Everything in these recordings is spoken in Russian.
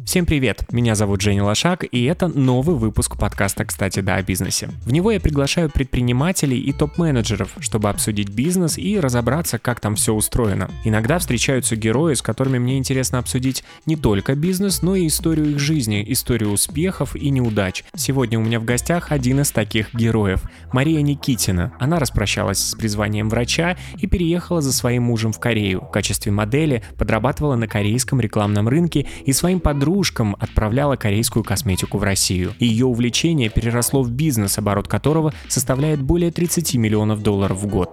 Всем привет, меня зовут Женя Лошак, и это новый выпуск подкаста «Кстати, да, о бизнесе». В него я приглашаю предпринимателей и топ-менеджеров, чтобы обсудить бизнес и разобраться, как там все устроено. Иногда встречаются герои, с которыми мне интересно обсудить не только бизнес, но и историю их жизни, историю успехов и неудач. Сегодня у меня в гостях один из таких героев – Мария Никитина. Она распрощалась с призванием врача и переехала за своим мужем в Корею. В качестве модели подрабатывала на корейском рекламном рынке и своим подружкам отправляла корейскую косметику в Россию. Ее увлечение переросло в бизнес, оборот которого составляет более 30 миллионов долларов в год.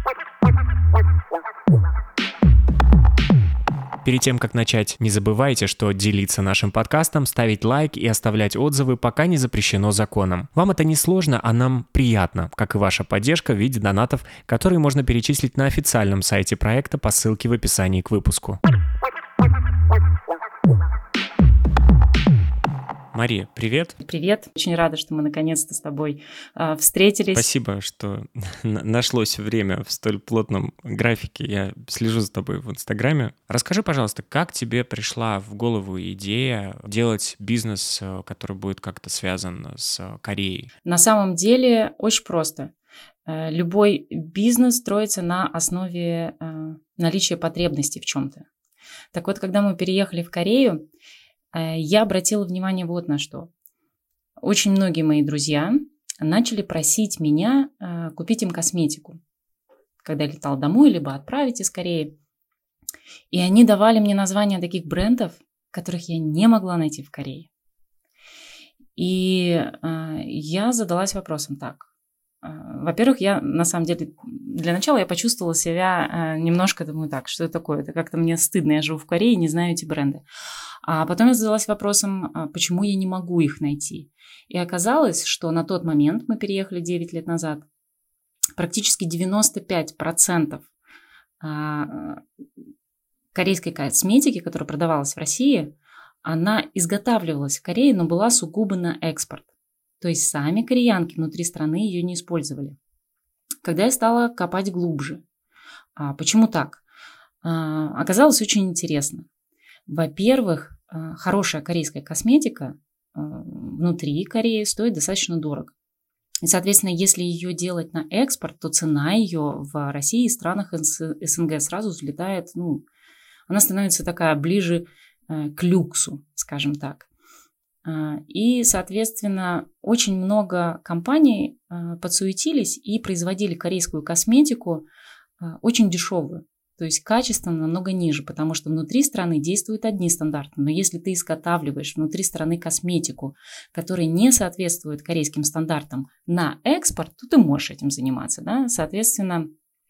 Перед тем, как начать, не забывайте, что делиться нашим подкастом, ставить лайк и оставлять отзывы пока не запрещено законом. Вам это не сложно, а нам приятно, как и ваша поддержка в виде донатов, которые можно перечислить на официальном сайте проекта по ссылке в описании к выпуску. Мария, привет. Привет. Очень рада, что мы наконец-то с тобой встретились. Спасибо, что нашлось время в столь плотном графике. Я слежу за тобой в Инстаграме. Расскажи, пожалуйста, как тебе пришла в голову идея делать бизнес, который будет как-то связан с Кореей? На самом деле очень просто. Любой бизнес строится на основе наличия потребностей в чем-то. Так вот, когда мы переехали в Корею, я обратила внимание вот на что. Очень многие мои друзья начали просить меня купить им косметику, когда я летала домой, либо отправить из Кореи. И они давали мне названия таких брендов, которых я не могла найти в Корее. И я задалась вопросом так. Во-первых, я, на самом деле, для начала я почувствовала себя немножко, думаю, так, что это такое? Это как-то мне стыдно, я живу в Корее, не знаю эти бренды. А потом я задалась вопросом, почему я не могу их найти. И оказалось, что на тот момент, мы переехали 9 лет назад, практически 95% корейской косметики, которая продавалась в России, она изготавливалась в Корее, но была сугубо на экспорт. То есть сами кореянки внутри страны ее не использовали. Когда я стала копать глубже, почему так? Оказалось очень интересно. Во-первых, хорошая корейская косметика внутри Кореи стоит достаточно дорого. И, соответственно, если ее делать на экспорт, то цена ее в России и странах СНГ сразу взлетает, она становится такая ближе к люксу, скажем так. И, соответственно, очень много компаний подсуетились и производили корейскую косметику очень дешевую. То есть качество намного ниже, потому что внутри страны действуют одни стандарты. Но если ты изготавливаешь внутри страны косметику, которая не соответствует корейским стандартам на экспорт, то ты можешь этим заниматься. Да? Соответственно,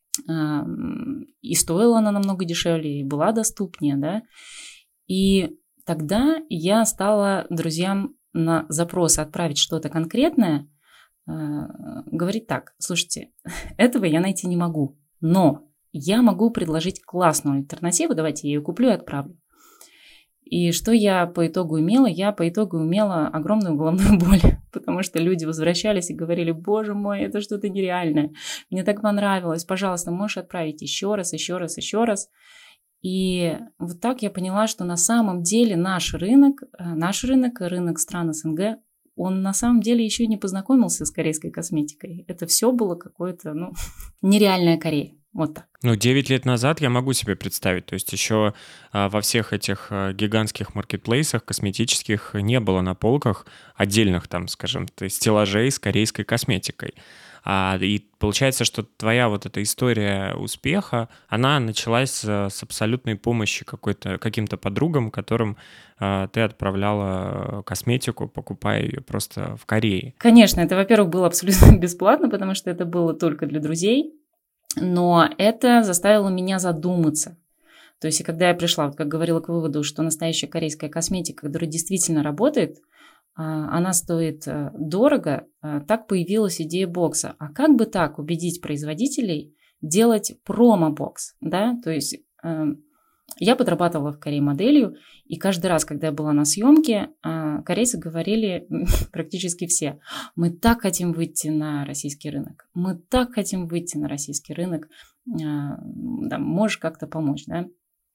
и стоила она намного дешевле, и была доступнее. Да? И тогда я стала друзьям на запрос отправить что-то конкретное, говорить так: слушайте, этого я найти не могу, но я могу предложить классную альтернативу, давайте я ее куплю и отправлю. И что я по итогу имела? Я по итогу имела огромную головную боль, потому что люди возвращались и говорили: боже мой, это что-то нереальное, мне так понравилось, пожалуйста, можешь отправить еще раз, еще раз, еще раз. И вот так я поняла, что на самом деле наш рынок, рынок стран СНГ, он на самом деле еще не познакомился с корейской косметикой. Это все было какое-то, нереальная Корея. Вот так. 9 лет назад я могу себе представить. То есть еще во всех этих гигантских маркетплейсах косметических не было на полках отдельных, скажем, стеллажей с корейской косметикой. И получается, что твоя вот эта история успеха, она началась с абсолютной помощи каким-то подругам, которым ты отправляла косметику, покупая ее просто в Корее. Конечно, это, во-первых, было абсолютно бесплатно, потому что это было только для друзей, но это заставило меня задуматься. То есть, и когда я пришла, как говорила, к выводу, что настоящая корейская косметика, которая действительно работает, она стоит дорого, так появилась идея бокса. А как бы так убедить производителей делать промо-бокс? Да? То есть я подрабатывала в Корее моделью, и каждый раз, когда я была на съемке, корейцы говорили практически все: мы так хотим выйти на российский рынок, мы так хотим выйти на российский рынок, можешь как-то помочь, да?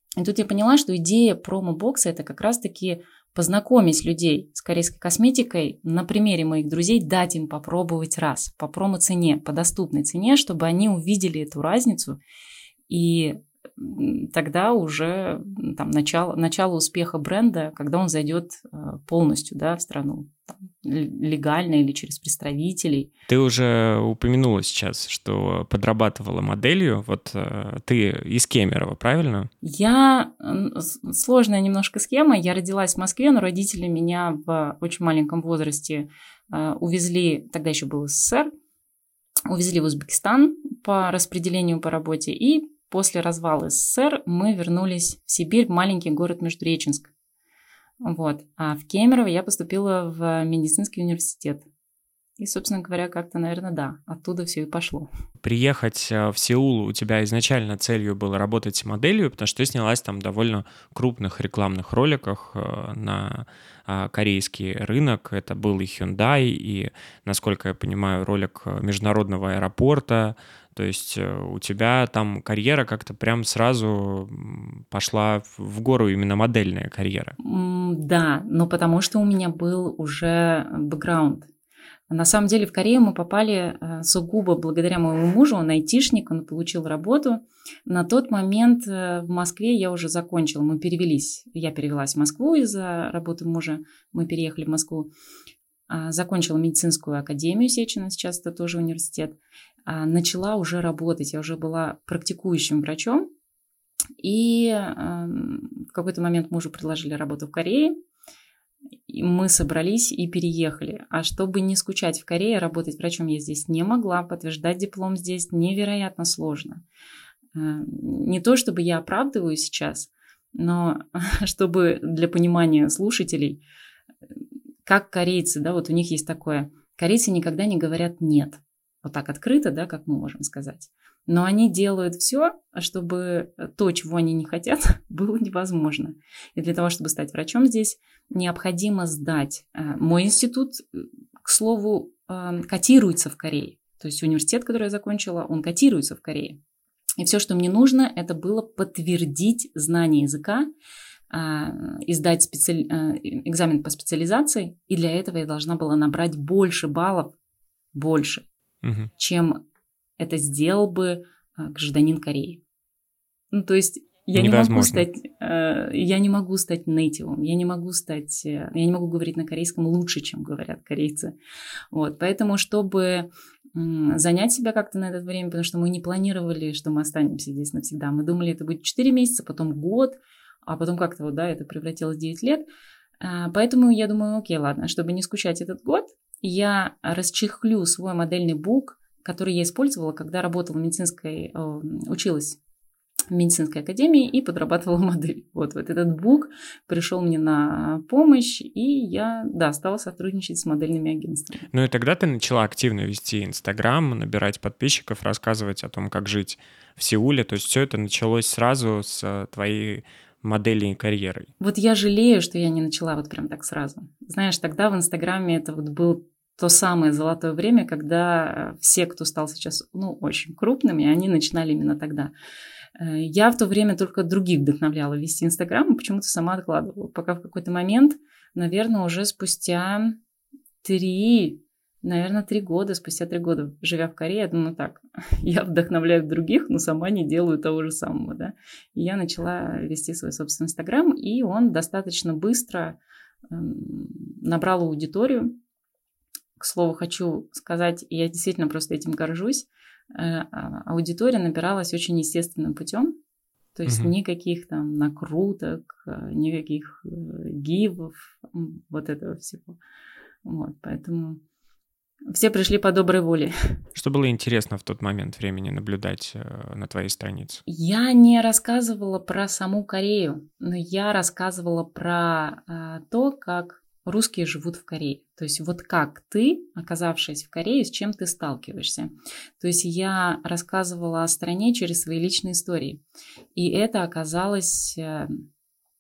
И тут я поняла, что идея промо-бокса – это как раз-таки познакомить людей с корейской косметикой, на примере моих друзей дать им попробовать раз по промо-цене, по доступной цене, чтобы они увидели эту разницу. И тогда уже там, начало успеха бренда, когда он зайдет полностью, да, в страну, там, легально или через представителей. Ты уже упомянула сейчас, что подрабатывала моделью. Вот ты из Кемерово, правильно? Сложная немножко схема. Я родилась в Москве, но родители меня в очень маленьком возрасте увезли, тогда еще был СССР, увезли в Узбекистан по распределению по работе, и после развала СССР мы вернулись в Сибирь, в маленький город Междуреченск. Вот. А в Кемерово я поступила в медицинский университет. И, собственно говоря, как-то, наверное, да, оттуда все и пошло. Приехать в Сеул у тебя изначально целью было работать моделью, потому что ты снялась там в довольно крупных рекламных роликах на корейский рынок. Это был и Hyundai, и, насколько я понимаю, ролик международного аэропорта. То есть у тебя там карьера как-то прям сразу пошла в гору, именно модельная карьера. Да, но потому что у меня был уже бэкграунд. На самом деле в Корею мы попали сугубо благодаря моему мужу, он айтишник, он получил работу. На тот момент в Москве я уже закончила, мы перевелись. Я перевелась в Москву из-за работы мужа, мы переехали в Москву. Закончила медицинскую академию Сечина, сейчас это тоже университет. Начала уже работать, я уже была практикующим врачом. И в какой-то момент мужу предложили работу в Корее. И мы собрались и переехали. А чтобы не скучать в Корее, работать врачом я здесь не могла, подтверждать диплом здесь невероятно сложно. Не то чтобы я оправдываю сейчас, но чтобы для понимания слушателей, как корейцы, да, вот у них есть такое, корейцы никогда не говорят «нет». Вот так открыто, да, как мы можем сказать. Но они делают все, чтобы то, чего они не хотят, было невозможно. И для того, чтобы стать врачом здесь, необходимо сдать. Мой институт, к слову, котируется в Корее. То есть университет, который я закончила, он котируется в Корее. И все, что мне нужно, это было подтвердить знание языка, сдать экзамен по специализации. И для этого я должна была набрать больше баллов, чем это сделал бы гражданин Кореи. Ну, то есть я не могу стать нейтивом, я не могу говорить на корейском лучше, чем говорят корейцы. Вот, поэтому, чтобы занять себя как-то на это время, потому что мы не планировали, что мы останемся здесь навсегда. Мы думали, это будет 4 месяца, потом год, а потом как-то вот, да, это превратилось в 9 лет. Поэтому я думаю, окей, ладно, чтобы не скучать этот год, я расчехлю свой модельный бук, который я использовала, когда работала училась в медицинской академии и подрабатывала модель. Вот этот бук пришел мне на помощь, и я, стала сотрудничать с модельными агентствами. Ну и тогда ты начала активно вести Инстаграм, набирать подписчиков, рассказывать о том, как жить в Сеуле. То есть все это началось сразу с твоей модельной карьерой. Вот я жалею, что я не начала вот прям так сразу. Знаешь, тогда в Инстаграме это вот был то самое золотое время, когда все, кто стал сейчас, очень крупными, они начинали именно тогда. Я в то время только других вдохновляла вести Инстаграм, и почему-то сама откладывала. Пока в какой-то момент, наверное, уже спустя 3 года, живя в Корее, я думаю, так, я вдохновляю других, но сама не делаю того же самого, да. И я начала вести свой собственный Инстаграм, и он достаточно быстро набрал аудиторию. К слову, хочу сказать, я действительно просто этим горжусь, аудитория набиралась очень естественным путем, то есть никаких там накруток, никаких гивов, вот этого всего. Вот, поэтому все пришли по доброй воле. Что было интересно в тот момент времени наблюдать на твоей странице? Я не рассказывала про саму Корею, но я рассказывала про то, как русские живут в Корее. То есть вот как ты, оказавшись в Корее, с чем ты сталкиваешься. То есть я рассказывала о стране через свои личные истории. И это оказалось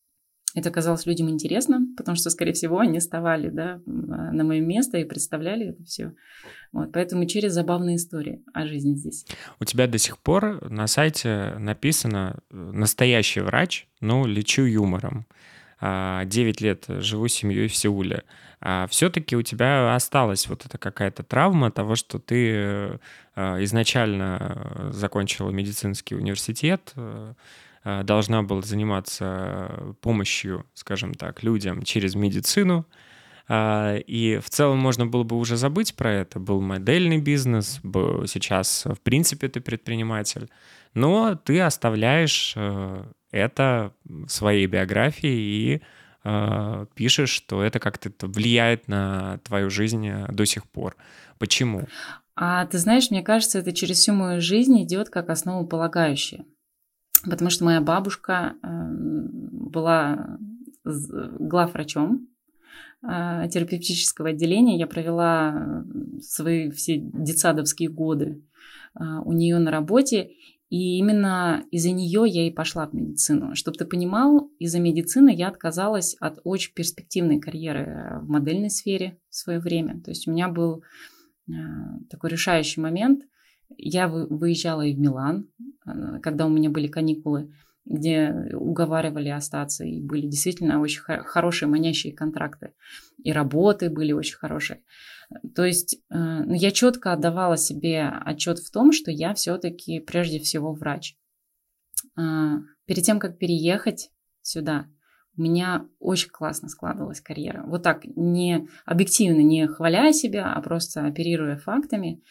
Это казалось людям интересно, потому что, скорее всего, они вставали, да, на мое место и представляли это все. Вот, поэтому через забавные истории о жизни здесь. У тебя до сих пор на сайте написано «Настоящий врач, но лечу юмором». 9 лет живу с семьей в Сеуле. Все-таки у тебя осталась вот эта какая-то травма того, что ты изначально закончила медицинский университет, должна была заниматься помощью, скажем так, людям через медицину. И в целом можно было бы уже забыть про это. Был модельный бизнес, сейчас, в принципе, ты предприниматель. Но ты оставляешь это в своей биографии и пишешь, что это как-то влияет на твою жизнь до сих пор. Почему? А ты знаешь, мне кажется, это через всю мою жизнь идет как основополагающее. Потому что моя бабушка была главврачом терапевтического отделения. Я провела свои все детсадовские годы у нее на работе. И именно из-за нее я и пошла в медицину. Чтобы ты понимал, из-за медицины я отказалась от очень перспективной карьеры в модельной сфере в свое время. То есть у меня был такой решающий момент. Я выезжала и в Милан, когда у меня были каникулы, где уговаривали остаться, и были действительно очень хорошие манящие контракты, и работы были очень хорошие. То есть я четко отдавала себе отчет в том, что я все-таки прежде всего врач. Перед тем, как переехать сюда, у меня очень классно складывалась карьера. Вот так, не объективно, не хваля себя, а просто оперируя фактами.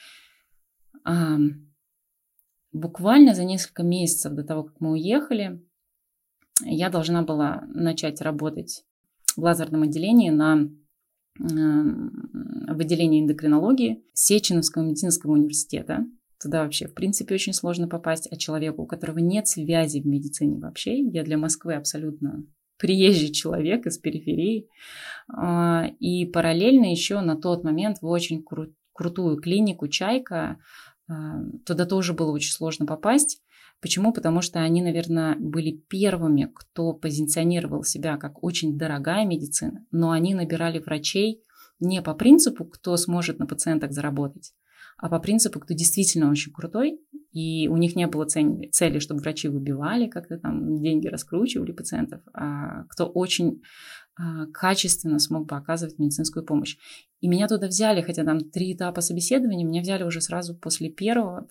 Буквально за несколько месяцев до того, как мы уехали, я должна была начать работать в лазерном отделении в отделении эндокринологии Сеченовского медицинского университета. Туда вообще, в принципе, очень сложно попасть, а человеку, у которого нет связи в медицине вообще. Я для Москвы абсолютно приезжий человек из периферии. И параллельно еще на тот момент в очень крутую клинику «Чайка». Туда тоже было очень сложно попасть. Почему? Потому что они, наверное, были первыми, кто позиционировал себя как очень дорогая медицина, но они набирали врачей не по принципу, кто сможет на пациентах заработать, а по принципу, кто действительно очень крутой, и у них не было цели, чтобы врачи выбивали, как-то там деньги раскручивали пациентов, а кто очень качественно смог бы оказывать медицинскую помощь. И меня туда взяли, хотя там 3 этапа собеседования, меня взяли уже сразу после первого.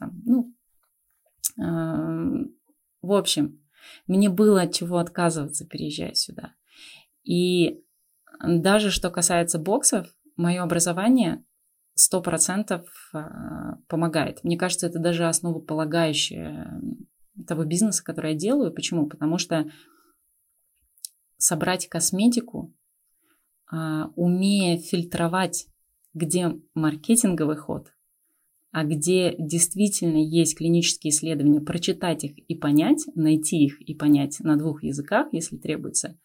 В общем, мне было от чего отказываться, переезжая сюда. И даже что касается боксов, мое образование 100% помогает. Мне кажется, это даже основополагающее того бизнеса, который я делаю. Почему? Потому что собрать косметику, умея фильтровать, где маркетинговый ход, а где действительно есть клинические исследования, прочитать их и понять, найти их и понять на 2 языках, если требуется.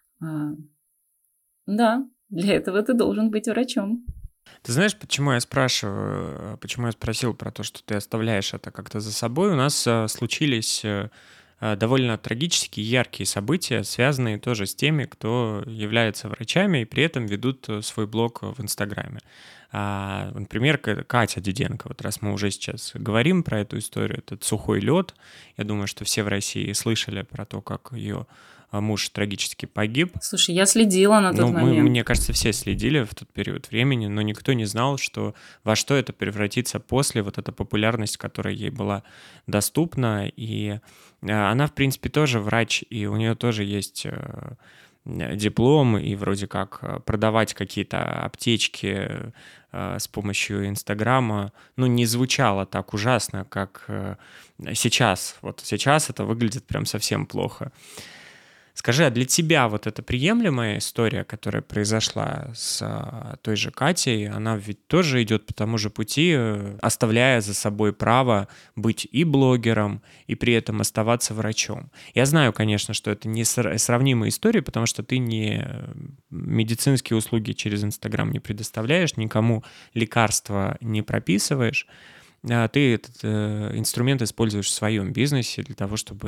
Да, для этого ты должен быть врачом. Ты знаешь, почему я спросил про то, что ты оставляешь это как-то за собой? У нас случились довольно трагические, яркие события, связанные тоже с теми, кто является врачами и при этом ведут свой блог в Инстаграме. Например, Катя Диденко, вот раз мы уже сейчас говорим про эту историю, этот сухой лед, я думаю, что все в России слышали про то, как ее муж трагически погиб. Слушай, я следила на тот момент. Мне кажется, все следили в тот период времени, но никто не знал, во что это превратится после, вот эта популярность, которая ей была доступна. И она, в принципе, тоже врач, и у нее тоже есть диплом, и вроде как продавать какие-то аптечки с помощью Инстаграма, не звучало так ужасно, как сейчас. Вот сейчас это выглядит прям совсем плохо. Скажи, а для тебя вот эта приемлемая история, которая произошла с той же Катей, она ведь тоже идет по тому же пути, оставляя за собой право быть и блогером, и при этом оставаться врачом. Я знаю, конечно, что это не сравнимые истории, потому что ты не медицинские услуги через Инстаграм не предоставляешь, никому лекарства не прописываешь. Ты этот инструмент используешь в своем бизнесе для того, чтобы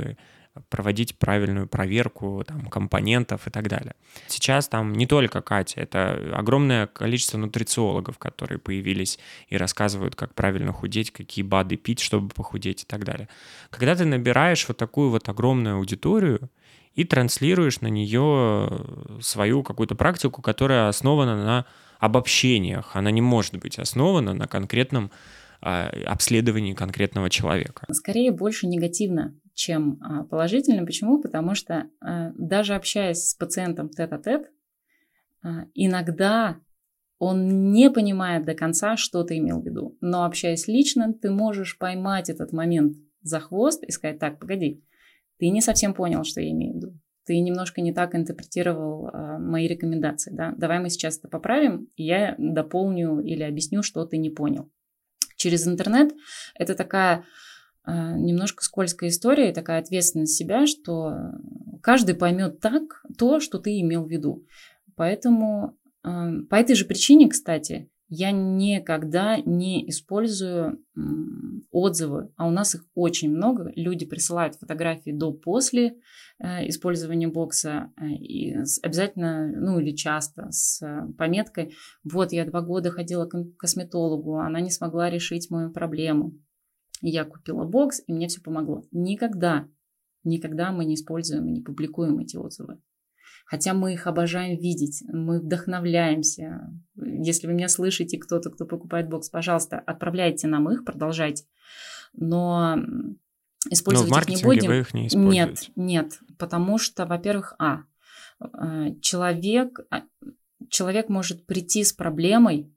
проводить правильную проверку там, компонентов и так далее. Сейчас там не только Катя, это огромное количество нутрициологов, которые появились и рассказывают, как правильно худеть, какие БАДы пить, чтобы похудеть и так далее. Когда ты набираешь вот такую вот огромную аудиторию и транслируешь на нее свою какую-то практику, которая основана на обобщениях, она не может быть основана на конкретном обследовании конкретного человека. Скорее больше негативно, чем положительно. Почему? Потому что даже общаясь с пациентом тет-а-тет, иногда он не понимает до конца, что ты имел в виду. Но общаясь лично, ты можешь поймать этот момент за хвост и сказать: так, погоди, ты не совсем понял, что я имею в виду. Ты немножко не так интерпретировал мои рекомендации. Да? Давай мы сейчас это поправим, и я дополню или объясню, что ты не понял. Через интернет это такая немножко скользкая история и такая ответственность себя, что каждый поймет так то, что ты имел в виду. Поэтому по этой же причине, кстати, я никогда не использую отзывы, а у нас их очень много. Люди присылают фотографии до-после использования бокса, и обязательно, ну или часто, с пометкой: вот я 2 года ходила к косметологу, она не смогла решить мою проблему. Я купила бокс, и мне все помогло. Никогда мы не используем и не публикуем эти отзывы. Хотя мы их обожаем видеть, мы вдохновляемся. Если вы меня слышите, кто покупает бокс, пожалуйста, отправляйте нам их, продолжайте. Но использовать их не будем. Вы их не используете? Нет, потому что, во-первых, человек может прийти с проблемой,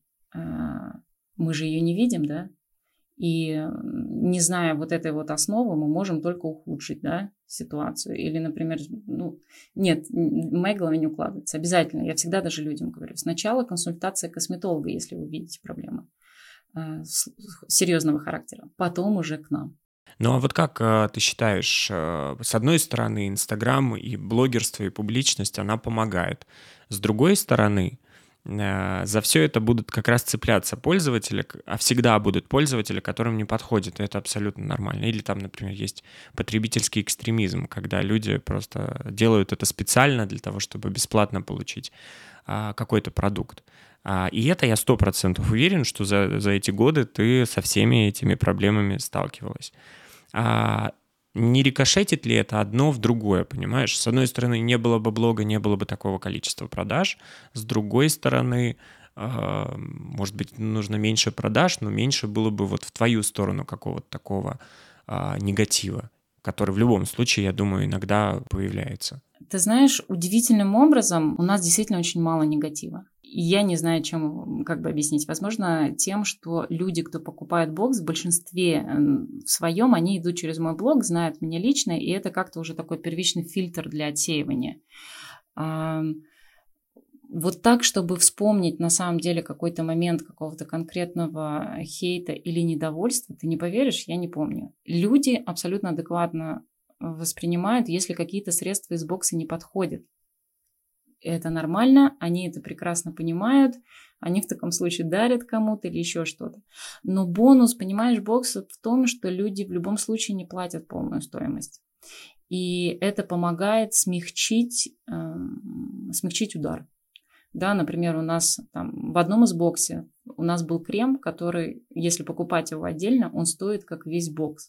мы же ее не видим, да? И не зная вот этой вот основы, мы можем только ухудшить, да, ситуацию. Или, например, нет, в моей голове не укладывается. Обязательно, я всегда даже людям говорю: сначала консультация косметолога, если вы видите проблемы серьезного характера, потом уже к нам. Ну а вот как ты считаешь, с одной стороны, Инстаграм и блогерство, и публичность, она помогает. С другой стороны, за все это будут как раз цепляться пользователи, а всегда будут пользователи, которым не подходит, и это абсолютно нормально. Или там, например, есть потребительский экстремизм, когда люди просто делают это специально для того, чтобы бесплатно получить какой-то продукт. И это я 100% уверен, что за эти годы ты со всеми этими проблемами сталкивалась. Не рикошетит ли это одно в другое, понимаешь? С одной стороны, не было бы блога, не было бы такого количества продаж. С другой стороны, может быть, нужно меньше продаж, но меньше было бы вот в твою сторону какого-то такого негатива, который в любом случае, я думаю, иногда появляется. Ты знаешь, удивительным образом у нас действительно очень мало негатива. И я не знаю, чем как бы объяснить. Возможно, тем, что люди, кто покупает бокс, в большинстве в своем, они идут через мой блог, знают меня лично, и это как-то уже такой первичный фильтр для отсеивания. Вот так, чтобы вспомнить на самом деле какой-то момент какого-то конкретного хейта или недовольства, ты не поверишь, я не помню. Люди абсолютно адекватно воспринимают, если какие-то средства из бокса не подходят. Это нормально, они это прекрасно понимают, они в таком случае дарят кому-то или еще что-то. Но бонус, понимаешь, бокса в том, что люди в любом случае не платят полную стоимость. И это помогает смягчить удар. Да, например, у нас там в одном из боксе у нас был крем, который, если покупать его отдельно, он стоит как весь бокс.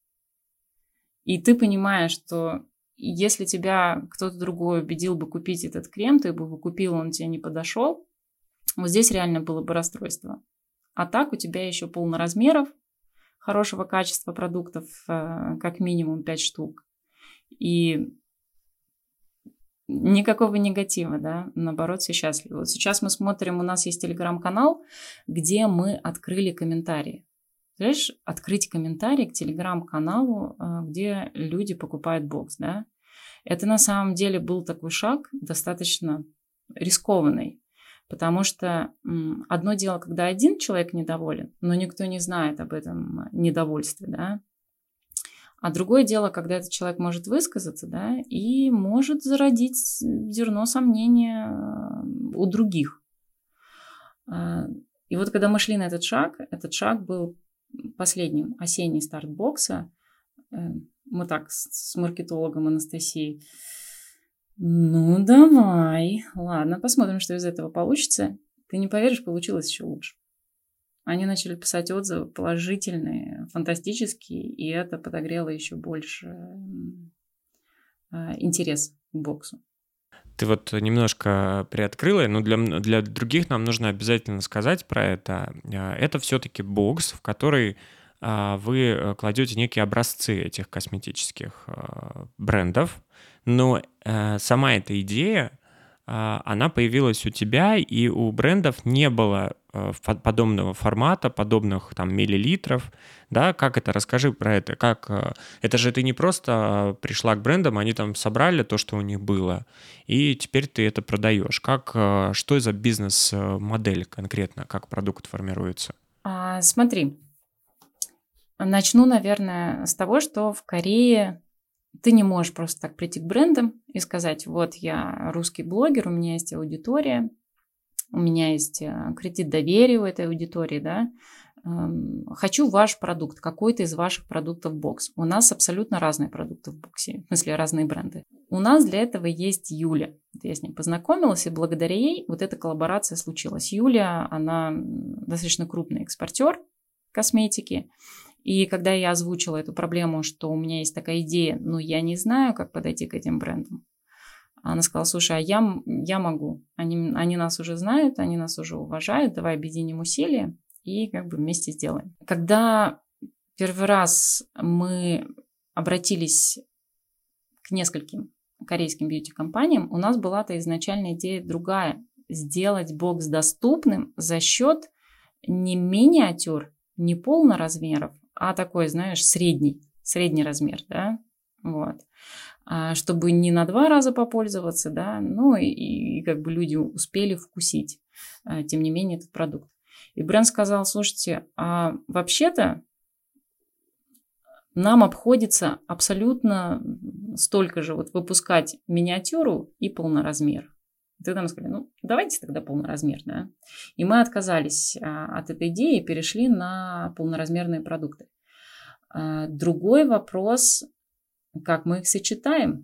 И ты понимаешь, что если тебя кто-то другой убедил бы купить этот крем, ты бы его купил, он тебе не подошел, вот здесь реально было бы расстройство. А так у тебя еще полно размеров, хорошего качества продуктов, как минимум 5 штук. И никакого негатива, да, наоборот, все счастливы. Вот сейчас мы смотрим, у нас есть телеграм-канал, где мы открыли комментарии. Знаешь, открыть комментарий к телеграм-каналу, где люди покупают бокс, да, это на самом деле был такой шаг достаточно рискованный, потому что одно дело, когда один человек недоволен, но никто не знает об этом недовольстве, да, а другое дело, когда этот человек может высказаться, да, и может зародить зерно сомнения у других. И вот когда мы шли на этот шаг был последним осенний старт бокса, Мы так с маркетологом Анастасией. Ну, давай. Ладно, посмотрим, что из этого получится. Ты не поверишь, получилось еще лучше. Они начали писать отзывы положительные, фантастические, и это подогрело еще больше интерес к боксу. Ты вот немножко приоткрыла, но для других нам нужно обязательно сказать про это. Это все-таки бокс, в который вы кладете некие образцы этих косметических брендов, но сама эта идея, она появилась у тебя, и у брендов не было подобного формата, подобных там миллилитров, да, как это, расскажи про это, это же ты не просто пришла к брендам, они там собрали то, что у них было, и теперь ты это продаешь, что за бизнес-модель конкретно, как продукт формируется? Смотри, начну, наверное, с того, что в Корее ты не можешь просто так прийти к брендам и сказать, вот я русский блогер, у меня есть аудитория, у меня есть кредит доверия у этой аудитории, да, хочу ваш продукт, какой-то из ваших продуктов в бокс. У нас абсолютно разные продукты в боксе, в смысле разные бренды. У нас для этого есть Юля. Я с ней познакомилась, и благодаря ей вот эта коллаборация случилась. Юля, она достаточно крупный экспортер косметики. И когда я озвучила эту проблему, что у меня есть такая идея, но я не знаю, как подойти к этим брендам, она сказала, слушай, а я могу. Они нас уже знают, они нас уже уважают, давай объединим усилия и как бы вместе сделаем. Когда первый раз мы обратились к нескольким корейским бьюти-компаниям, у нас была-то изначальная идея другая. Сделать бокс доступным за счет не миниатюр, не полноразмеров, а такой, знаешь, средний размер, да, вот, чтобы не на 2 раза попользоваться, да, ну и как бы люди успели вкусить, тем не менее, этот продукт. И бренд сказал, слушайте, а вообще-то нам обходится абсолютно столько же вот выпускать миниатюру и полноразмер. И тогда мы сказали, ну, давайте тогда полноразмер, да. И мы отказались от этой идеи и перешли на полноразмерные продукты. Другой вопрос, как мы их сочетаем.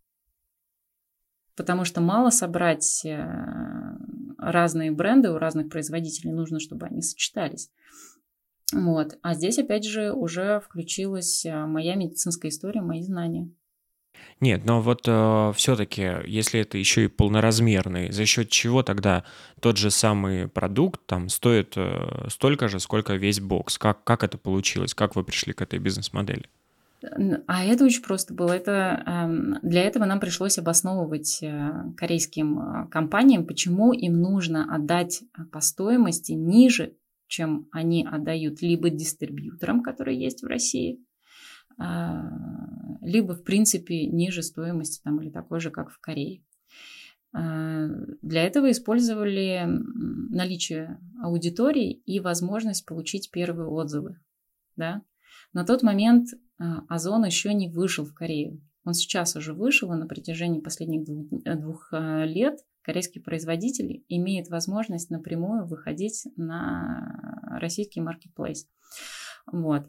Потому что мало собрать разные бренды у разных производителей, нужно, чтобы они сочетались. Вот. А здесь, опять же, уже включилась моя медицинская история, мои знания. Нет, но вот все-таки, если это еще и полноразмерный, за счет чего тогда тот же самый продукт там стоит столько же, сколько весь бокс? Как это получилось? Как вы пришли к этой бизнес-модели? А это очень просто было. Для этого нам пришлось обосновывать корейским компаниям, почему им нужно отдать по стоимости ниже, чем они отдают либо дистрибьюторам, которые есть в России, либо, в принципе, ниже стоимости там, или такой же, как в Корее. Для этого использовали наличие аудитории и возможность получить первые отзывы. Да? На тот момент Озон еще не вышел в Корею. Он сейчас уже вышел, и на протяжении последних 2 лет корейский производитель имеет возможность напрямую выходить на российский маркетплейс. Вот.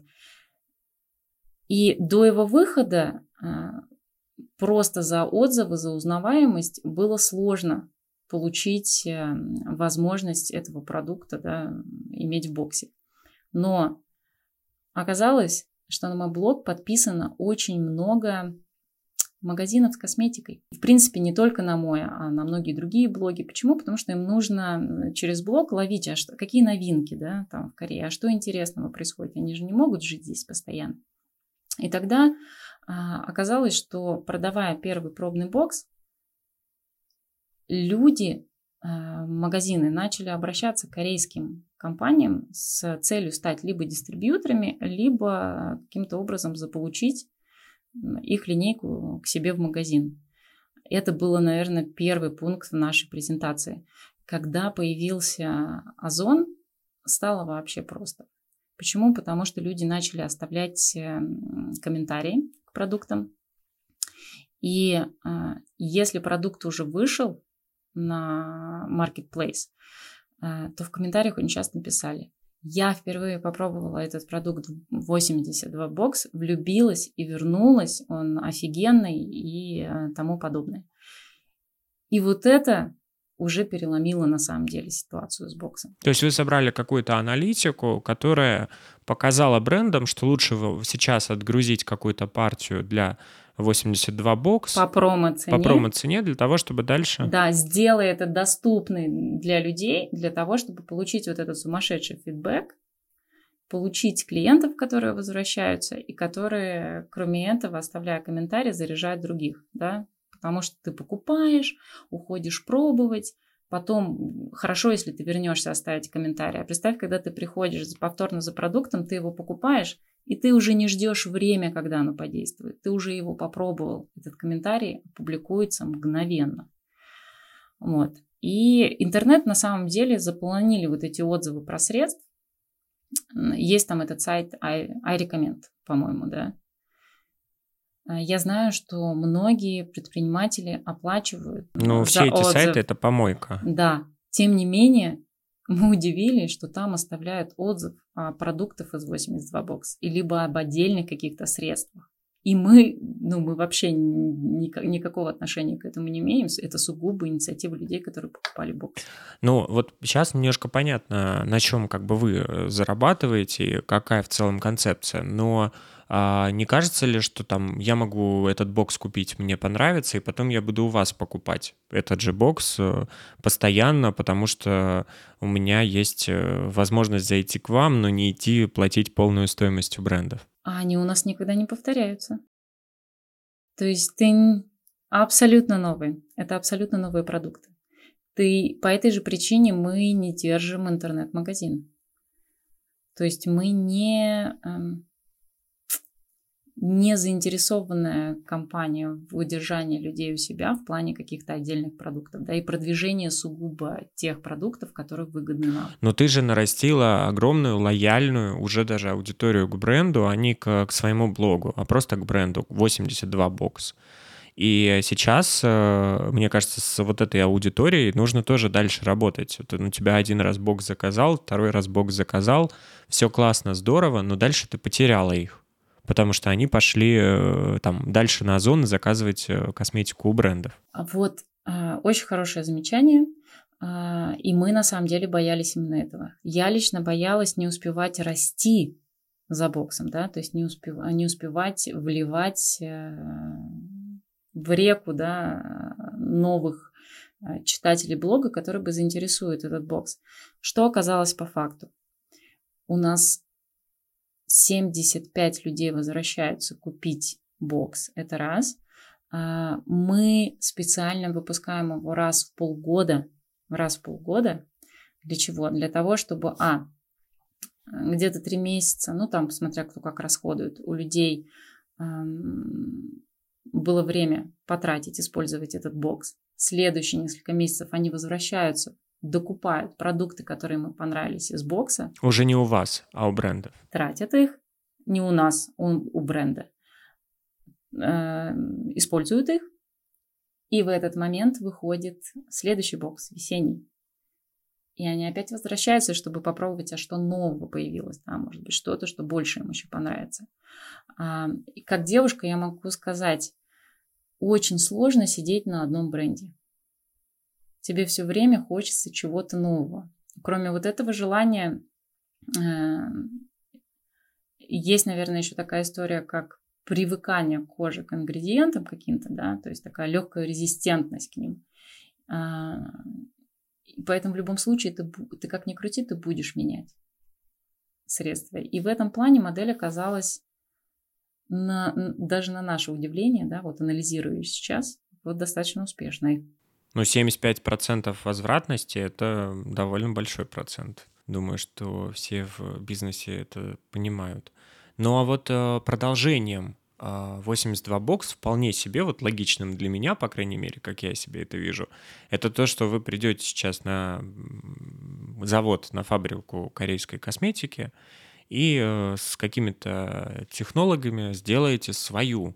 И до его выхода просто за отзывы, за узнаваемость было сложно получить возможность этого продукта, да, иметь в боксе. Но оказалось, что на мой блог подписано очень много магазинов с косметикой. В принципе, не только на мой, а на многие другие блоги. Почему? Потому что им нужно через блог ловить, какие новинки, да, там в Корее, а что интересного происходит. Они же не могут жить здесь постоянно. И тогда оказалось, что продавая первый пробный бокс, люди, магазины начали обращаться к корейским компаниям с целью стать либо дистрибьюторами, либо каким-то образом заполучить их линейку к себе в магазин. Это было, наверное, первый пункт нашей презентации. Когда появился Озон, стало вообще просто. Почему? Потому что люди начали оставлять комментарии к продуктам. И если продукт уже вышел на Marketplace, то в комментариях очень часто писали: Я впервые попробовала этот продукт 82 бокс, влюбилась и вернулась. Он офигенный и тому подобное. И вот это уже переломило на самом деле ситуацию с боксом. То есть вы собрали какую-то аналитику, которая показала брендам, что лучше сейчас отгрузить какую-то партию для 82 бокс по промо-цене. По промо-цене для того, чтобы дальше... Да, сделай это доступным для людей, для того, чтобы получить вот этот сумасшедший фидбэк, получить клиентов, которые возвращаются и которые, кроме этого, оставляя комментарии, заряжают других, да, потому что ты покупаешь, уходишь пробовать, потом хорошо, если ты вернешься оставить комментарий. А представь, когда ты приходишь повторно за продуктом, ты его покупаешь, и ты уже не ждешь время, когда оно подействует. Ты уже его попробовал. Этот комментарий публикуется мгновенно. Вот. И интернет на самом деле заполонили вот эти отзывы про средств. Есть там этот сайт iRecommend, по-моему, да. Я знаю, что многие предприниматели оплачивают Ну, все эти отзыв. сайты – это помойка. Да. Тем не менее, мы удивились, что там оставляют отзыв о продуктах из 82 бокс, и либо об отдельных каких-то средствах. И мы вообще никакого отношения к этому не имеем. Это сугубо инициатива людей, которые покупали бокс. Ну, вот сейчас немножко понятно, на чем как бы вы зарабатываете, какая в целом концепция, но не кажется ли, что там я могу этот бокс купить, мне понравится, и потом я буду у вас покупать этот же бокс постоянно, потому что у меня есть возможность зайти к вам, но не идти платить полную стоимость у брендов? А они у нас никогда не повторяются. То есть ты абсолютно новый. Это абсолютно новые продукты. По этой же причине мы не держим интернет-магазин. То есть мы не заинтересованная компания в удержании людей у себя в плане каких-то отдельных продуктов, да, и продвижение сугубо тех продуктов, которые выгодны нам. Но ты же нарастила огромную, лояльную уже даже аудиторию к бренду, а не к своему блогу, а просто к бренду, 82 бокс. И сейчас, мне кажется, с вот этой аудиторией нужно тоже дальше работать. Вот у тебя один раз бокс заказал, второй раз бокс заказал, все классно, здорово, но дальше ты потеряла их. Потому что они пошли там дальше на Озон заказывать косметику у брендов. Вот, очень хорошее замечание. И мы на самом деле боялись именно этого. Я лично боялась не успевать расти за боксом, да, то есть не успевать вливать в реку, да, новых читателей блога, которые бы заинтересуют этот бокс. Что оказалось по факту? У нас 75 людей возвращаются купить бокс. Это раз. Мы специально выпускаем его раз в полгода. Для чего? Для того, чтобы где-то 3 месяца, ну там, смотря кто как расходует, у людей было время потратить, использовать этот бокс. Следующие несколько месяцев они возвращаются, докупают продукты, которые им понравились из бокса. Уже не у вас, а у брендов. Тратят их, не у нас, у бренда. Используют их, и в этот момент выходит следующий бокс, весенний. И они опять возвращаются, чтобы попробовать, что нового появилось. Да, может быть, что-то, что больше им еще понравится. И как девушка я могу сказать, очень сложно сидеть на одном бренде. Тебе все время хочется чего-то нового. Кроме вот этого желания, есть, наверное, еще такая история, как привыкание кожи к ингредиентам каким-то, да, то есть такая легкая резистентность к ним. Поэтому в любом случае ты как ни крути, ты будешь менять средства. И в этом плане модель оказалась, даже на наше удивление, да, вот анализируя ее сейчас, вот достаточно успешной. Ну, 75% возвратности – это довольно большой процент. Думаю, что все в бизнесе это понимают. Ну, а вот продолжением 82 бокс вполне себе, вот логичным для меня, по крайней мере, как я себе это вижу, это то, что вы придете сейчас на завод, на фабрику корейской косметики и с какими-то технологами сделаете свою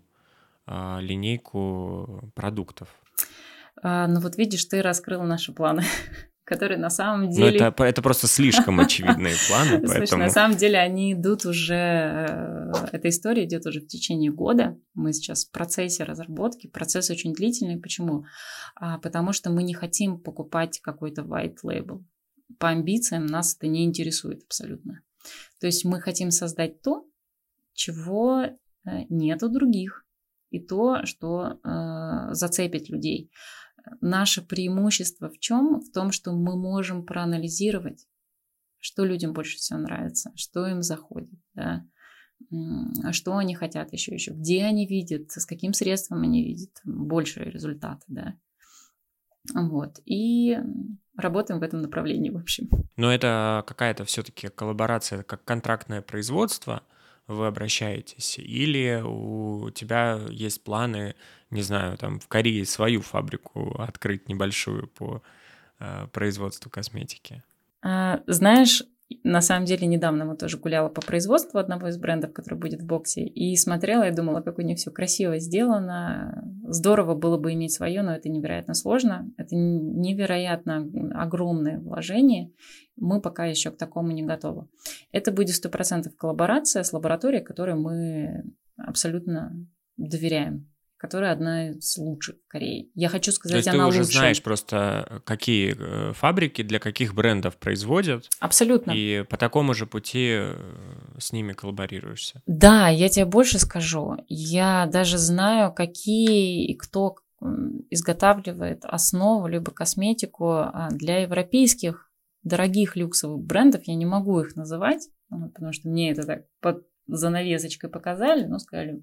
линейку продуктов. Ну вот видишь, ты раскрыл наши планы. которые на самом Ну, деле... это просто слишком очевидные планы, Слушай, поэтому... на самом деле они идут уже... Эта история идет уже в течение года. Мы сейчас в процессе разработки. Процесс очень длительный. Почему? Потому что мы не хотим покупать какой-то white label. По амбициям нас это не интересует абсолютно. То есть мы хотим создать то, чего нет у других. И то, что зацепит людей. Наше преимущество в чем? В том, что мы можем проанализировать, что людям больше всего нравится, что им заходит, да? Что они хотят еще, где они видят, с каким средством они видят большие результаты. Да? Вот. И работаем в этом направлении, в общем. Но это какая-то все-таки коллаборация, как контрактное производство, вы обращаетесь, или у тебя есть планы, не знаю, там в Корее свою фабрику открыть небольшую по производству косметики? Знаешь, на самом деле недавно мы тоже гуляла по производству одного из брендов, который будет в боксе, и смотрела и думала, как у них все красиво сделано. Здорово было бы иметь свое, но это невероятно сложно. Это невероятно огромное вложение. Мы пока еще к такому не готовы. Это будет 100% коллаборация с лабораторией, которой мы абсолютно доверяем, которая одна из лучших в Корее. Я хочу сказать, То есть она ты уже лучше. знаешь просто, какие фабрики для каких брендов производят. Абсолютно. И по такому же пути с ними коллаборируешься. Да, я тебе больше скажу. Я даже знаю, какие и кто изготавливает основу либо косметику для европейских дорогих люксовых брендов. Я не могу их называть, потому что мне это так под занавесочкой показали, но сказали.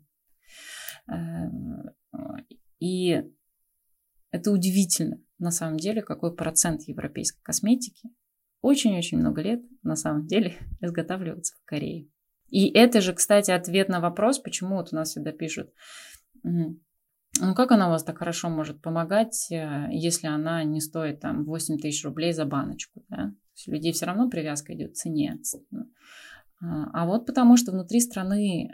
И это удивительно, на самом деле, какой процент европейской косметики очень-очень много лет, на самом деле, изготавливается в Корее. И это же, кстати, ответ на вопрос, почему вот у нас всегда пишут, ну как она у вас так хорошо может помогать, если она не стоит там 8 тысяч рублей за баночку, да? То есть у людей все равно привязка идет к цене. А вот потому что внутри страны,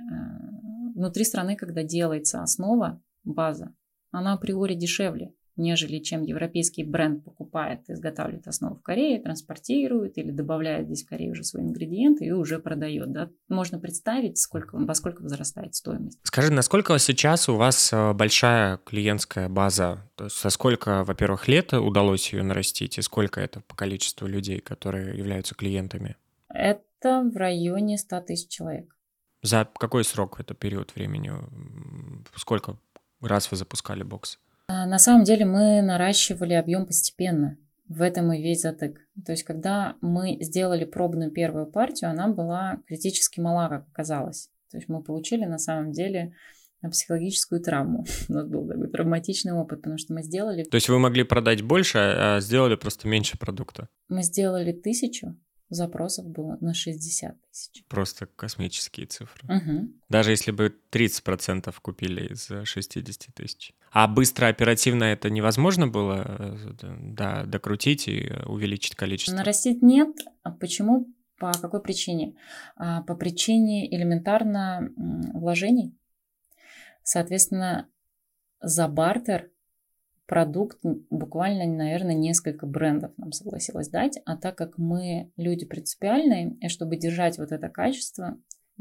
когда делается основа, база, она априори дешевле, нежели чем европейский бренд покупает, изготавливает основу в Корее, транспортирует или добавляет здесь в Корее уже свои ингредиенты и уже продает. Да? Можно представить, во сколько возрастает стоимость. Скажи, насколько сейчас у вас большая клиентская база? То есть со сколько, во-первых, лет удалось ее нарастить, и сколько это по количеству людей, которые являются клиентами? Это в районе 100 тысяч человек. За какой срок это период времени? Сколько раз вы запускали бокс? На самом деле мы наращивали объем постепенно. В этом и весь затык. То есть, когда мы сделали пробную первую партию, она была критически мала, как оказалось. То есть, мы получили на самом деле психологическую травму. У нас был такой травматичный опыт, потому что мы сделали... То есть, вы могли продать больше, а сделали просто меньше продукта? Мы сделали 1000, запросов было на 60 тысяч. Просто космические цифры. Угу. Даже если бы 30% купили из 60 тысяч. А быстро, оперативно это невозможно было докрутить и увеличить количество? Нарастить нет. А почему? По какой причине? По причине элементарно вложений. Соответственно, за бартер продукт буквально, наверное, несколько брендов нам согласилось дать. А так как мы люди принципиальные, и чтобы держать вот это качество,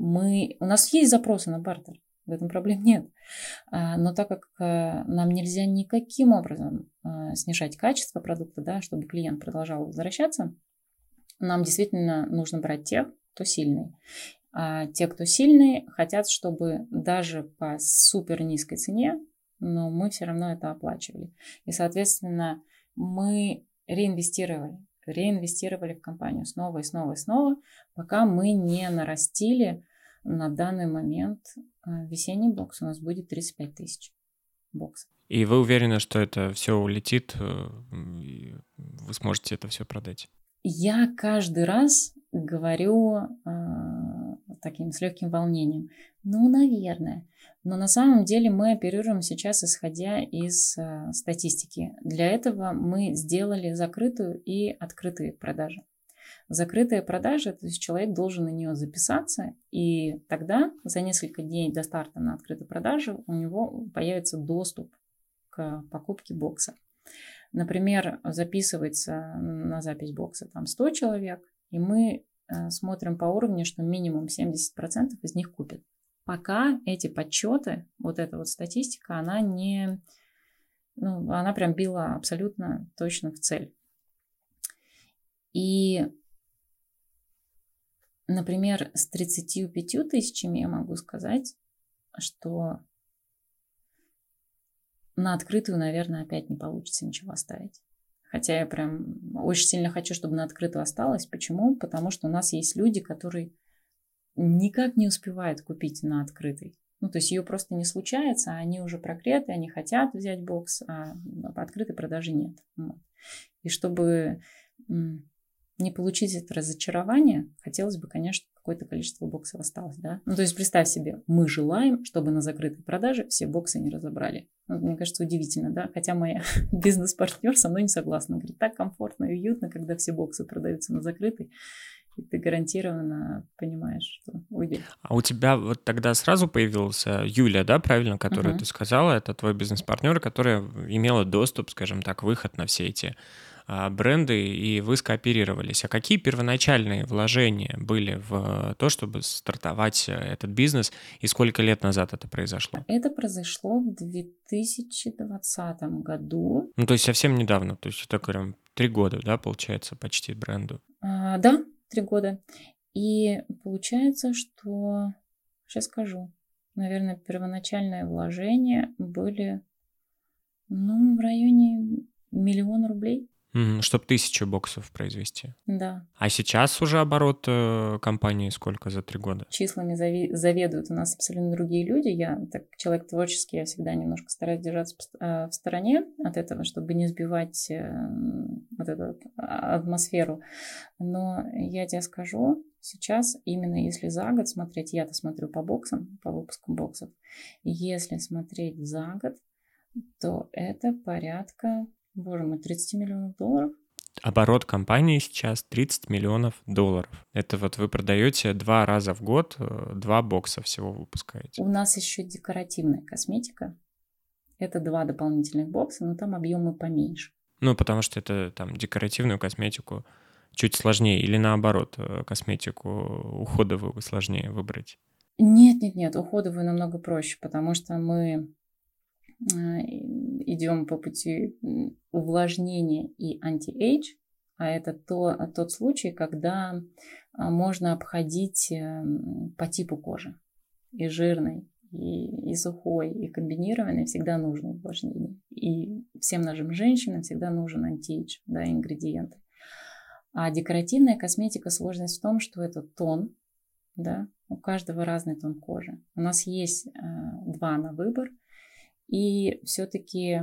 у нас есть запросы на бартер. В этом проблем нет. Но так как нам нельзя никаким образом снижать качество продукта, да, чтобы клиент продолжал возвращаться, нам действительно нужно брать тех, кто сильный. А те, кто сильные, хотят, чтобы даже по супер низкой цене, но мы все равно это оплачивали. И, соответственно, мы реинвестировали в компанию снова и снова и снова, пока мы не нарастили. На данный момент весенний бокс у нас будет 35 тысяч боксов. И вы уверены, что это все улетит, и вы сможете это все продать? Я каждый раз говорю таким с легким волнением. Ну, наверное. Но на самом деле мы оперируем сейчас, исходя из статистики. Для этого мы сделали закрытую и открытые продажи. Закрытая продажа, то есть человек должен на нее записаться, и тогда за несколько дней до старта на открытой продаже у него появится доступ к покупке бокса. Например, записывается на запись бокса там 100 человек, и мы смотрим по уровню, что минимум 70% из них купят. Пока эти подсчеты, вот эта вот статистика, она не... она прям била абсолютно точно в цель. И, например, с 35 тысячами я могу сказать, что на открытую, наверное, опять не получится ничего оставить. Хотя я прям очень сильно хочу, чтобы на открытую осталось. Почему? Потому что у нас есть люди, которые никак не успевают купить на открытой. То есть ее просто не случается, они уже прогреты, они хотят взять бокс, а по открытой продажи нет. И чтобы не получить это разочарование, хотелось бы, конечно, какое-то количество боксов осталось, да. То есть представь себе, мы желаем, чтобы на закрытой продаже все боксы не разобрали. Мне кажется, удивительно, да, хотя моя бизнес-партнер со мной не согласна. Говорит, так комфортно и уютно, когда все боксы продаются на закрытой, и ты гарантированно понимаешь, что уйдет. А у тебя вот тогда сразу появился Юля, да, правильно, которую ты сказала, это твой бизнес-партнер, которая имела доступ, скажем так, выход на все эти бренды, и вы скооперировались. А какие первоначальные вложения были в то, чтобы стартовать этот бизнес, и сколько лет назад это произошло? Это произошло в 2020 году. То есть совсем недавно, то есть это прям 3 года, да, получается, почти бренду? Да, 3 года. И получается, что, сейчас скажу, наверное, первоначальные вложения были, в районе 1 000 000 рублей. Чтобы 1000 боксов произвести. Да. А сейчас уже оборот компании сколько за 3 года? Числами заведуют у нас абсолютно другие люди. Я, так человек творческий, я всегда немножко стараюсь держаться в стороне от этого, чтобы не сбивать вот эту атмосферу. Но я тебе скажу, сейчас именно если за год смотреть, я-то смотрю по боксам, по выпускам боксов, если смотреть за год, то это порядка, боже мой, 30 миллионов долларов. Оборот компании сейчас 30 миллионов долларов. Это вот вы продаете 2 раза в год, 2 бокса всего выпускаете. У нас еще декоративная косметика. Это 2 дополнительных бокса, но там объемы поменьше. Потому что это там декоративную косметику чуть сложнее, или наоборот, косметику уходовую сложнее выбрать? Нет, уходовую намного проще, потому что мы идем по пути увлажнения и анти-эйдж, а это тот случай, когда можно обходить по типу кожи. И жирной, и сухой, и комбинированной всегда нужно увлажнение. И всем нашим женщинам всегда нужен анти-эйдж, да, ингредиенты. А декоративная косметика, сложность в том, что это тон, да, у каждого разный тон кожи. У нас есть 2 на выбор. И все-таки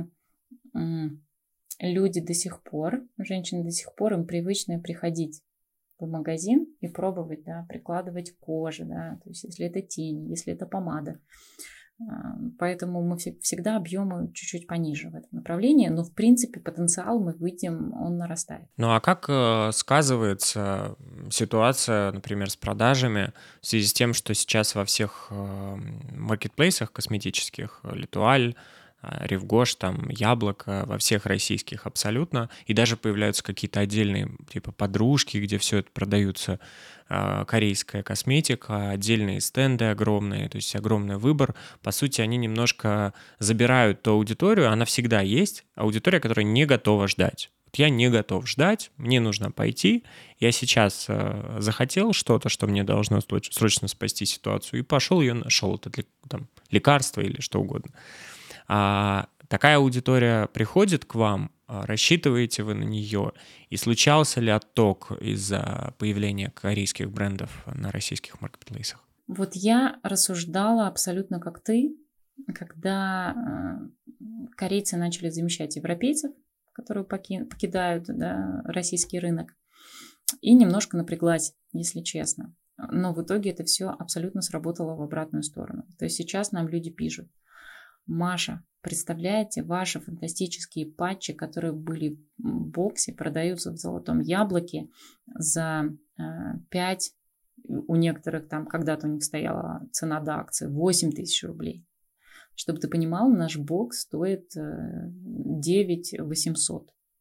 люди до сих пор, женщины до сих пор, им привычно приходить в магазин и пробовать, да, прикладывать к коже, да, то есть если это тень, если это помада. Поэтому мы всегда объемы чуть-чуть пониже в этом направлении, но в принципе потенциал мы видим, он нарастает. А как сказывается ситуация, например, с продажами в связи с тем, что сейчас во всех маркетплейсах косметических, Литуаль, Ревгош, там, Яблоко, во всех российских абсолютно, и даже появляются какие-то отдельные, типа, подружки, где все это продаются, корейская косметика, отдельные стенды огромные, то есть огромный выбор. По сути, они немножко забирают ту аудиторию, она всегда есть, аудитория, которая не готова ждать. Я не готов ждать, мне нужно пойти, я сейчас захотел что-то, что мне должно срочно спасти ситуацию, и пошел ее нашел, это там, лекарство или что угодно. Такая аудитория приходит к вам, рассчитываете вы на нее, и случался ли отток из-за появления корейских брендов на российских маркетплейсах? Вот я рассуждала абсолютно как ты, когда корейцы начали замещать европейцев, которые покидают, да, российский рынок, и немножко напряглась, если честно. Но в итоге это все абсолютно сработало в обратную сторону. То есть сейчас нам люди пишут: Маша, представляете, ваши фантастические патчи, которые были в боксе, продаются в Золотом Яблоке за 5, у некоторых там когда-то у них стояла цена до акции 8 тысяч рублей. Чтобы ты понимал, наш бокс стоит 9 800.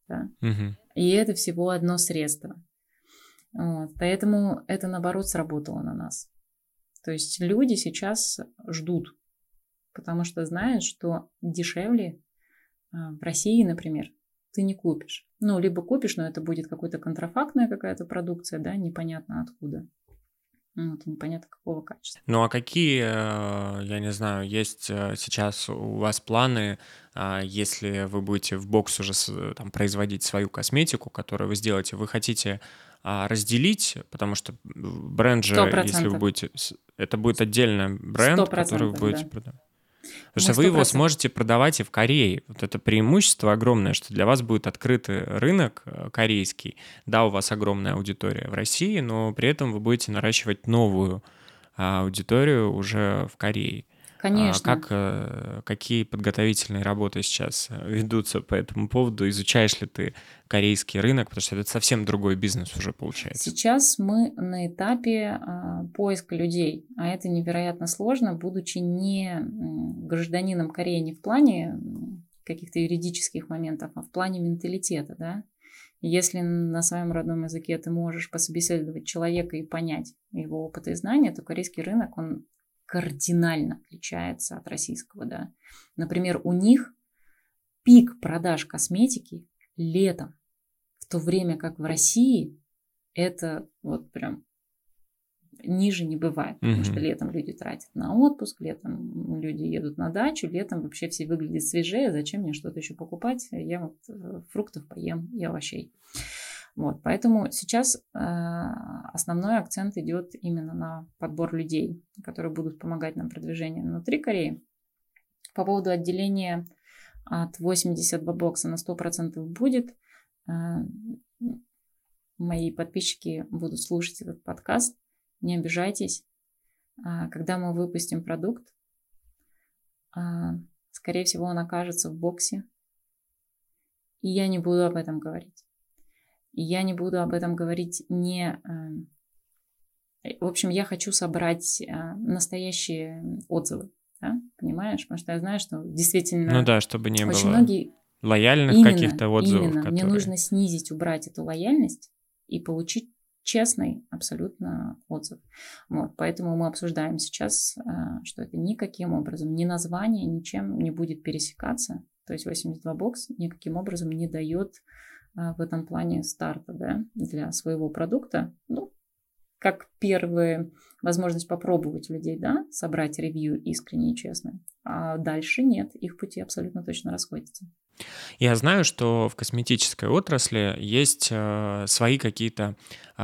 Да? Мгм. И это всего одно средство. Вот. Поэтому это, наоборот, сработало на нас. То есть люди сейчас ждут, потому что знают, что дешевле в России, например, ты не купишь. Ну, либо купишь, но это будет какая-то контрафактная какая-то продукция, да, непонятно откуда. Вот, непонятно какого качества. Ну а какие, я не знаю, есть сейчас у вас планы, если вы будете в бокс уже там, производить свою косметику, которую вы сделаете, вы хотите разделить, потому что бренд Сто же, если вы процентов. будете, это будет отдельный бренд, который вы 100%, будете да. продавать. Потому Мы что вы его 100%. сможете продавать и в Корее. Вот это преимущество огромное, что для вас будет открытый рынок корейский. Да, у вас огромная аудитория в России, но при этом вы будете наращивать новую аудиторию уже в Корее. Конечно. Какие подготовительные работы сейчас ведутся по этому поводу? Изучаешь ли ты корейский рынок? Потому что это совсем другой бизнес уже получается. Сейчас мы на этапе поиска людей, а это невероятно сложно, будучи не гражданином Кореи не в плане каких-то юридических моментов, а в плане менталитета, да. Если на своем родном языке ты можешь пособеседовать человека и понять его опыт и знания, то корейский рынок, он кардинально отличается от российского, да. Например, у них пик продаж косметики летом, в то время как в России это вот прям ниже не бывает, потому что летом люди тратят на отпуск, летом люди едут на дачу, летом вообще все выглядят свежее, зачем мне что-то еще покупать, я вот фруктов поем и овощей. Вот, поэтому сейчас основной акцент идет именно на подбор людей, которые будут помогать нам в продвижении внутри Кореи. По поводу отделения от 82 бокса на 100% будет. Мои подписчики будут слушать этот подкаст. Не обижайтесь. Когда мы выпустим продукт, скорее всего, он окажется в боксе. И я не буду об этом говорить. И я не буду об этом говорить не... В общем, я хочу собрать настоящие отзывы. Да? Понимаешь? Потому что я знаю, что действительно Ну да, чтобы не очень было многие... лояльных каких-то отзывов, Именно. Мне которые... нужно снизить, убрать эту лояльность и получить честный абсолютно отзыв. Вот, поэтому мы обсуждаем сейчас, что это никаким образом, ни название, ничем не будет пересекаться. То есть 82 бокс никаким образом не дает в этом плане старта, да, для своего продукта. Ну, как первая возможность попробовать у людей, да, собрать ревью искренне и честно. А дальше нет, их пути абсолютно точно расходятся. Я знаю, что в косметической отрасли есть свои какие-то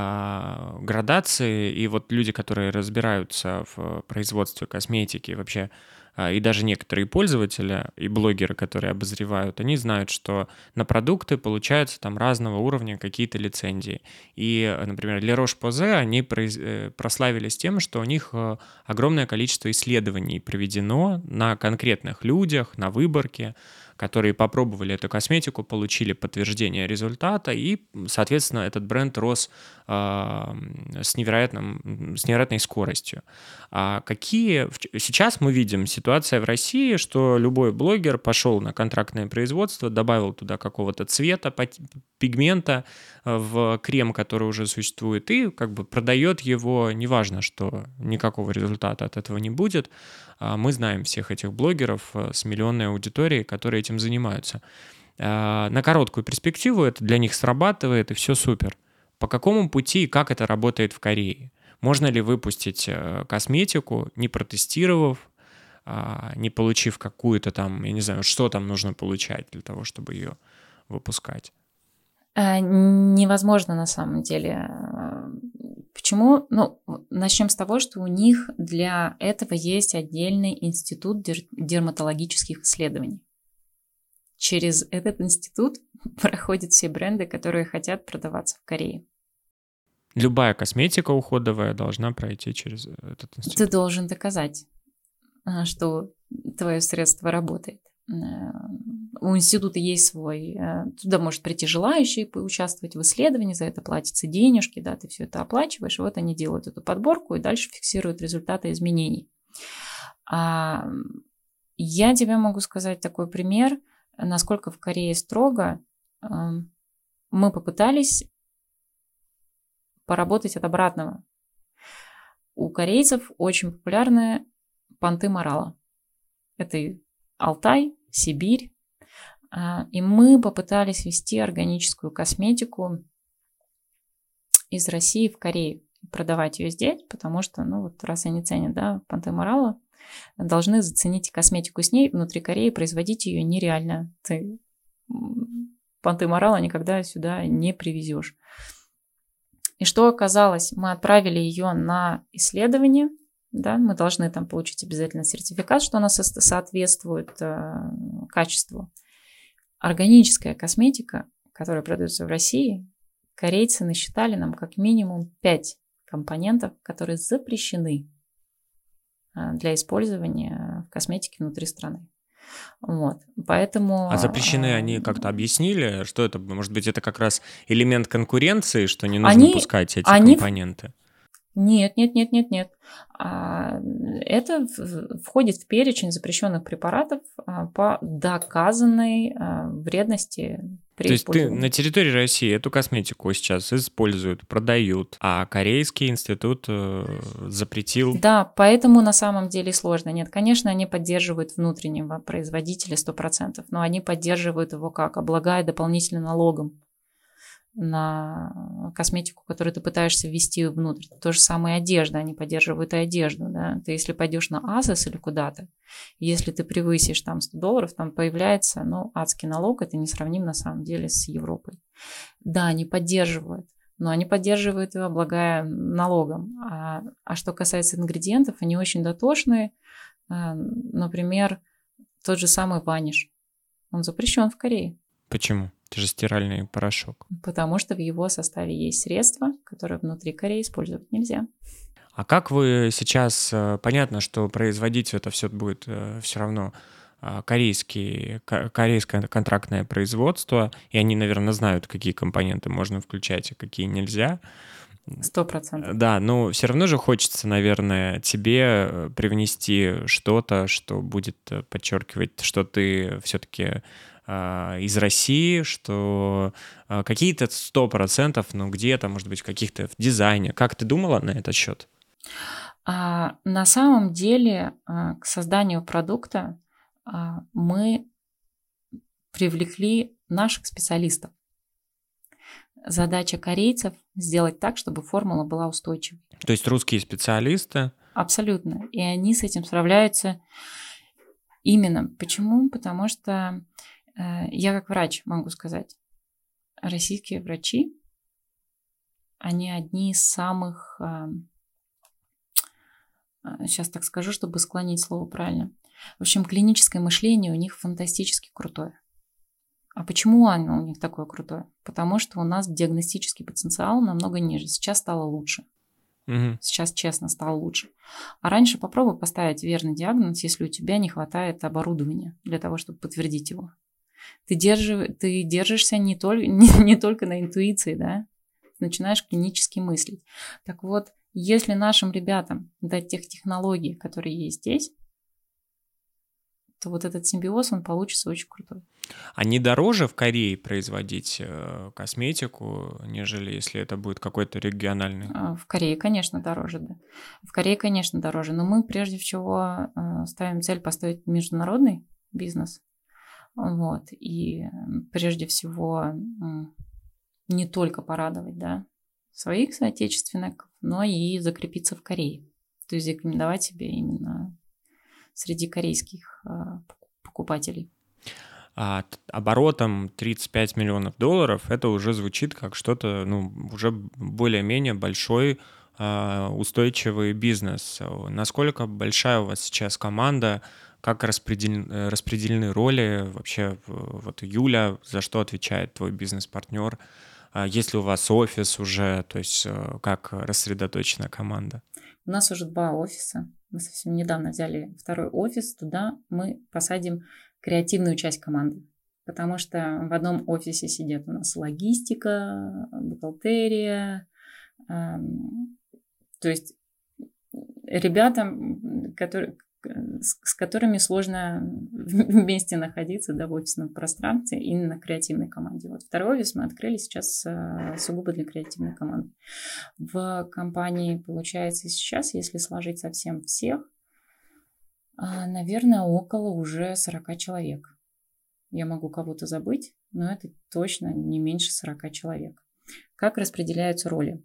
градации, и вот люди, которые разбираются в производстве косметики, вообще, и даже некоторые пользователи и блогеры, которые обозревают, они знают, что на продукты получаются там разного уровня какие-то лицензии. И, например, La Roche-Posay, они прославились тем, что у них огромное количество исследований проведено на конкретных людях, на выборке, которые попробовали эту косметику, получили подтверждение результата, и, соответственно, этот бренд рос с невероятной скоростью. Сейчас мы видим ситуация в России, что любой блогер пошел на контрактное производство, добавил туда какого-то цвета, пигмента в крем, который уже существует, и как бы продает его, неважно, что никакого результата от этого не будет. Мы знаем всех этих блогеров с миллионной аудиторией, которые этим занимаются. На короткую перспективу это для них срабатывает, и все супер. По какому пути и как это работает в Корее? Можно ли выпустить косметику, не протестировав, не получив какую-то там, я не знаю, что там нужно получать для того, чтобы ее выпускать? Невозможно на самом деле. Почему? Ну, начнем с того, что у них для этого есть отдельный институт дерматологических исследований. Через этот институт проходят все бренды, которые хотят продаваться в Корее. Любая косметика уходовая должна пройти через этот институт. Ты должен доказать, что твое средство работает. У института есть свой, туда может прийти желающий поучаствовать в исследовании, за это платятся денежки, да, ты все это оплачиваешь, и вот они делают эту подборку и дальше фиксируют результаты изменений. Я тебе могу сказать такой пример, насколько в Корее строго мы попытались поработать от обратного. У корейцев очень популярны понты морала. Это и Алтай, Сибирь. И мы попытались ввести органическую косметику из России в Корею, продавать ее здесь, потому что, раз они ценят, понты морала, должны заценить косметику с ней. Внутри Кореи производить ее нереально. Ты понты морала никогда сюда не привезешь. И что оказалось? Мы отправили ее на исследование. Да, мы должны там получить обязательно сертификат, что она соответствует качеству. Органическая косметика, которая продается в России, корейцы насчитали нам как минимум 5 компонентов, которые запрещены для использования в косметике внутри страны. Вот, поэтому... А запрещены они как-то объяснили, что это? Может быть, это как раз элемент конкуренции, что не нужно пускать эти компоненты? Нет. Это входит в перечень запрещенных препаратов по доказанной вредности при использовании. То есть на территории России эту косметику сейчас используют, продают, а Корейский институт запретил? Да, поэтому на самом деле сложно. Нет, конечно, они поддерживают внутреннего производителя 100%, но они поддерживают его как? Облагая дополнительным налогом на косметику, которую ты пытаешься ввести внутрь. То же самое и одежда, они поддерживают и одежду. Да? Ты если пойдешь на Азос или куда-то, если ты превысишь там $100, там появляется адский налог, это не сравним на самом деле с Европой. Да, они поддерживают, но они поддерживают его, облагая налогом. А что касается ингредиентов, они очень дотошные. Например, тот же самый ваниш. Он запрещен в Корее. Почему? Это же стиральный порошок. Потому что в его составе есть средства, которые внутри Кореи использовать нельзя. А как вы сейчас... Понятно, что производить это все будет все равно корейское контрактное производство, и они, наверное, знают, какие компоненты можно включать, а какие нельзя. 100%. Да, но все равно же хочется, наверное, тебе привнести что-то, что будет подчеркивать, что ты все-таки из России, что какие-то 100%, но где-то, может быть, в каких-то в дизайне. Как ты думала на этот счет? На самом деле к созданию продукта мы привлекли наших специалистов. Задача корейцев сделать так, чтобы формула была устойчивой. То есть русские специалисты? Абсолютно. И они с этим справляются именно. Почему? Потому что я как врач могу сказать, российские врачи, они одни из самых, сейчас так скажу, чтобы склонить слово правильно. В общем, клиническое мышление у них фантастически крутое. А почему оно у них такое крутое? Потому что у нас диагностический потенциал намного ниже. Сейчас стало лучше. Сейчас, честно, стало лучше. А раньше попробуй поставить верный диагноз, если у тебя не хватает оборудования для того, чтобы подтвердить его. Ты держишься не только на интуиции, да? Ты начинаешь клинически мыслить. Так вот, если нашим ребятам дать тех технологий, которые есть здесь, то вот этот симбиоз, он получится очень крутой. А не дороже в Корее производить косметику, нежели если это будет какой-то региональный? В Корее, конечно, дороже, да. В Корее, конечно, дороже. Но мы прежде всего ставим цель построить международный бизнес. Вот. И прежде всего не только порадовать, да, своих соотечественников, но и закрепиться в Корее. То есть рекомендовать себя именно среди корейских покупателей. Оборотом $35 миллионов это уже звучит как что-то, уже более-менее большой устойчивый бизнес. Насколько большая у вас сейчас команда? Как распределены роли? Вообще, вот Юля, за что отвечает твой бизнес-партнер? Есть ли у вас офис уже? То есть как рассредоточена команда? У нас уже 2 офиса. Мы совсем недавно взяли 2-й офис. Туда мы посадим креативную часть команды. Потому что в одном офисе сидят у нас логистика, бухгалтерия. То есть ребята, с которыми сложно вместе находиться, да, в офисном пространстве и на креативной команде. Вот второй офис мы открыли сейчас сугубо для креативной команды. В компании, получается, сейчас, если сложить совсем всех, наверное, около уже 40 человек. Я могу кого-то забыть, но это точно не меньше 40 человек. Как распределяются роли?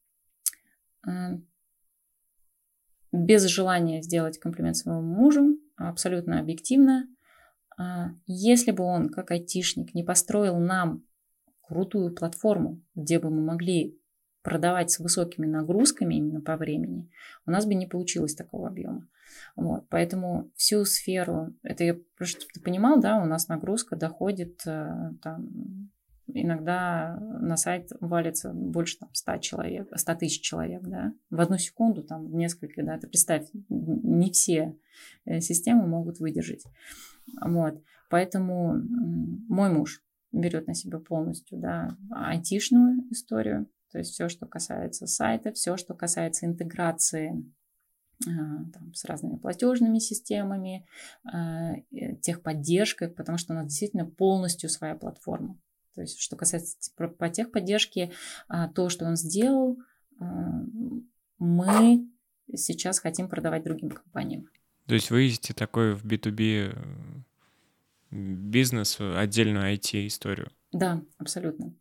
Без желания сделать комплимент своему мужу, абсолютно объективно. Если бы он, как айтишник, не построил нам крутую платформу, где бы мы могли продавать с высокими нагрузками именно по времени, у нас бы не получилось такого объема. Вот, поэтому всю сферу, это я просто, чтобы ты понимал, да, у нас нагрузка доходит там, иногда на сайт валится больше 100 человек, 100 тысяч человек, да, в одну секунду, там, в несколько, да, ты представь, не все системы могут выдержать. Вот, поэтому мой муж берет на себя полностью, да, айтишную историю, то есть все, что касается сайта, все, что касается интеграции там, с разными платежными системами, техподдержкой, потому что у нас действительно полностью своя платформа. То есть, что касается по техподдержке, то, что он сделал, мы сейчас хотим продавать другим компаниям. То есть вы ищете такой в B2B бизнес, отдельную IT-историю? Да, абсолютно.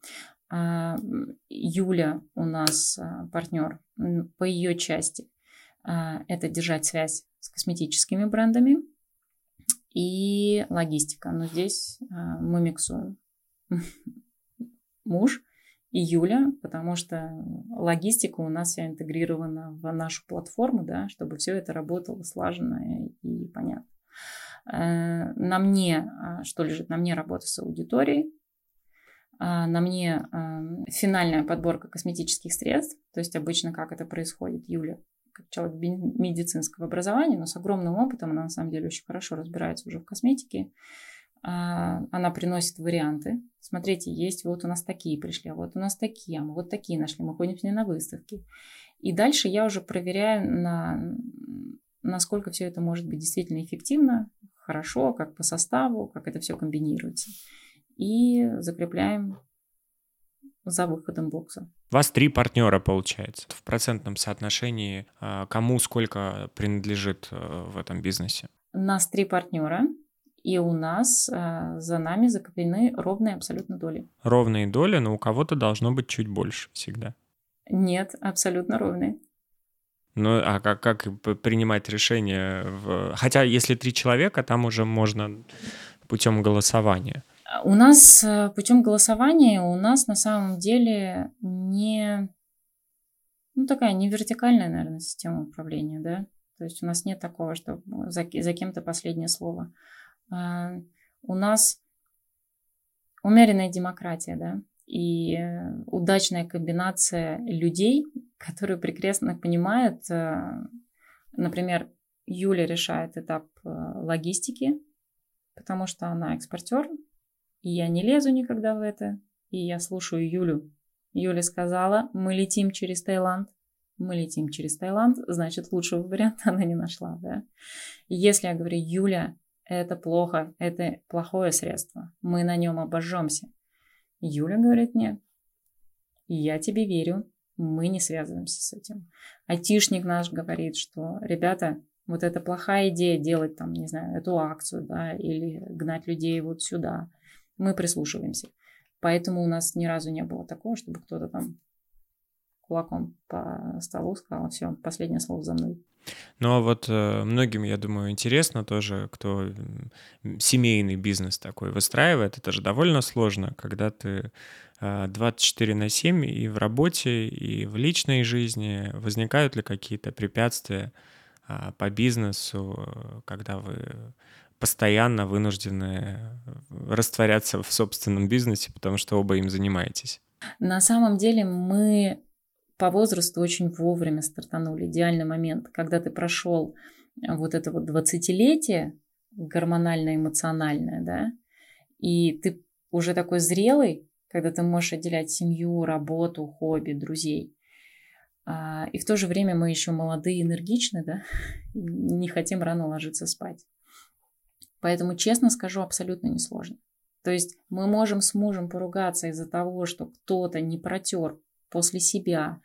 Юля у нас партнер по ее части. Это держать связь с косметическими брендами и логистика. Но здесь мы миксуем муж и Юля, потому что логистика у нас вся интегрирована в нашу платформу, да, чтобы все это работало слаженно и понятно. На мне, что лежит, на мне работа с аудиторией, на мне финальная подборка косметических средств, то есть обычно как это происходит, Юля, как человек медицинского образования, но с огромным опытом, она на самом деле очень хорошо разбирается уже в косметике. Она приносит варианты. Смотрите, есть вот у нас такие пришли, а вот у нас такие, а мы вот такие нашли, мы ходим с ней на выставки. И дальше я уже проверяю, насколько все это может быть действительно эффективно, хорошо, как по составу, как это все комбинируется. И закрепляем за выходом бокса. У вас 3 партнера, получается. В процентном соотношении кому сколько принадлежит в этом бизнесе? У нас 3 партнера, и у нас за нами закреплены ровные абсолютно доли. Ровные доли, но у кого-то должно быть чуть больше всегда. Нет, абсолютно ровные. Ну, а как принимать решение? Хотя, если 3 человека, там уже можно путем голосования. У нас путем голосования у нас на самом деле не вертикальная, наверное, система управления, да. То есть у нас нет такого, что за кем-то последнее слово. У нас умеренная демократия, да, и удачная комбинация людей, которые прекрасно понимают, например, Юля решает этап логистики, потому что она экспортер, и я не лезу никогда в это, и я слушаю Юлю. Юля сказала, мы летим через Таиланд. Мы летим через Таиланд, значит, лучшего варианта она не нашла, да. И если я говорю, Юля, это плохо, это плохое средство, мы на нем обожжемся. Юля говорит, нет, я тебе верю, мы не связываемся с этим. Айтишник наш говорит, что, ребята, вот это плохая идея делать там, не знаю, эту акцию, да, или гнать людей вот сюда. Мы прислушиваемся. Поэтому у нас ни разу не было такого, чтобы кто-то там кулаком по столу сказал, все, последнее слово за мной. Ну, а вот многим, я думаю, интересно тоже, кто семейный бизнес такой выстраивает. Это же довольно сложно, когда ты 24/7 и в работе, и в личной жизни. Возникают ли какие-то препятствия по бизнесу, когда вы постоянно вынуждены растворяться в собственном бизнесе, потому что оба им занимаетесь? На самом деле мы по возрасту очень вовремя стартанули. Идеальный момент, когда ты прошел вот это вот 20-летие гормонально-эмоциональное, да, и ты уже такой зрелый, когда ты можешь отделять семью, работу, хобби, друзей. И в то же время мы еще молодые, энергичны, да, и не хотим рано ложиться спать. Поэтому, честно скажу, абсолютно несложно. То есть мы можем с мужем поругаться из-за того, что кто-то не протер после себя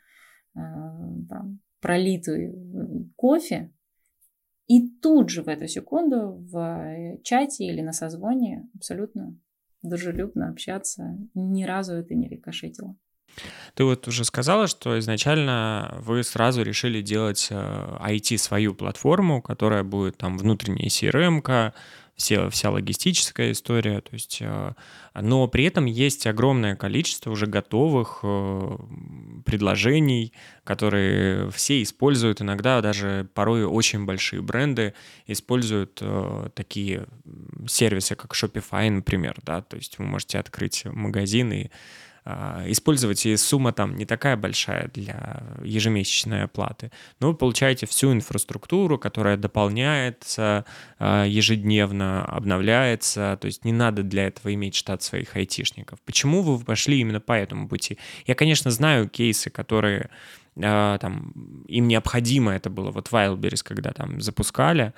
пролитый кофе, и тут же в эту секунду в чате или на созвоне абсолютно дружелюбно общаться. Ни разу это не рикошетило. Ты вот уже сказала, что изначально вы сразу решили делать IT свою платформу, которая будет там внутренняя CRM-ка, вся логистическая история, то есть, но при этом есть огромное количество уже готовых предложений, которые все используют, иногда даже порой очень большие бренды используют такие сервисы, как Shopify, например, да, то есть вы можете открыть магазин и использовать, и сумма там не такая большая для ежемесячной оплаты, но вы получаете всю инфраструктуру, которая дополняется ежедневно, обновляется, то есть не надо для этого иметь штат своих айтишников. Почему вы пошли именно по этому пути? Я, конечно, знаю кейсы, которые там, им необходимо это было, вот Wildberries, когда там запускали,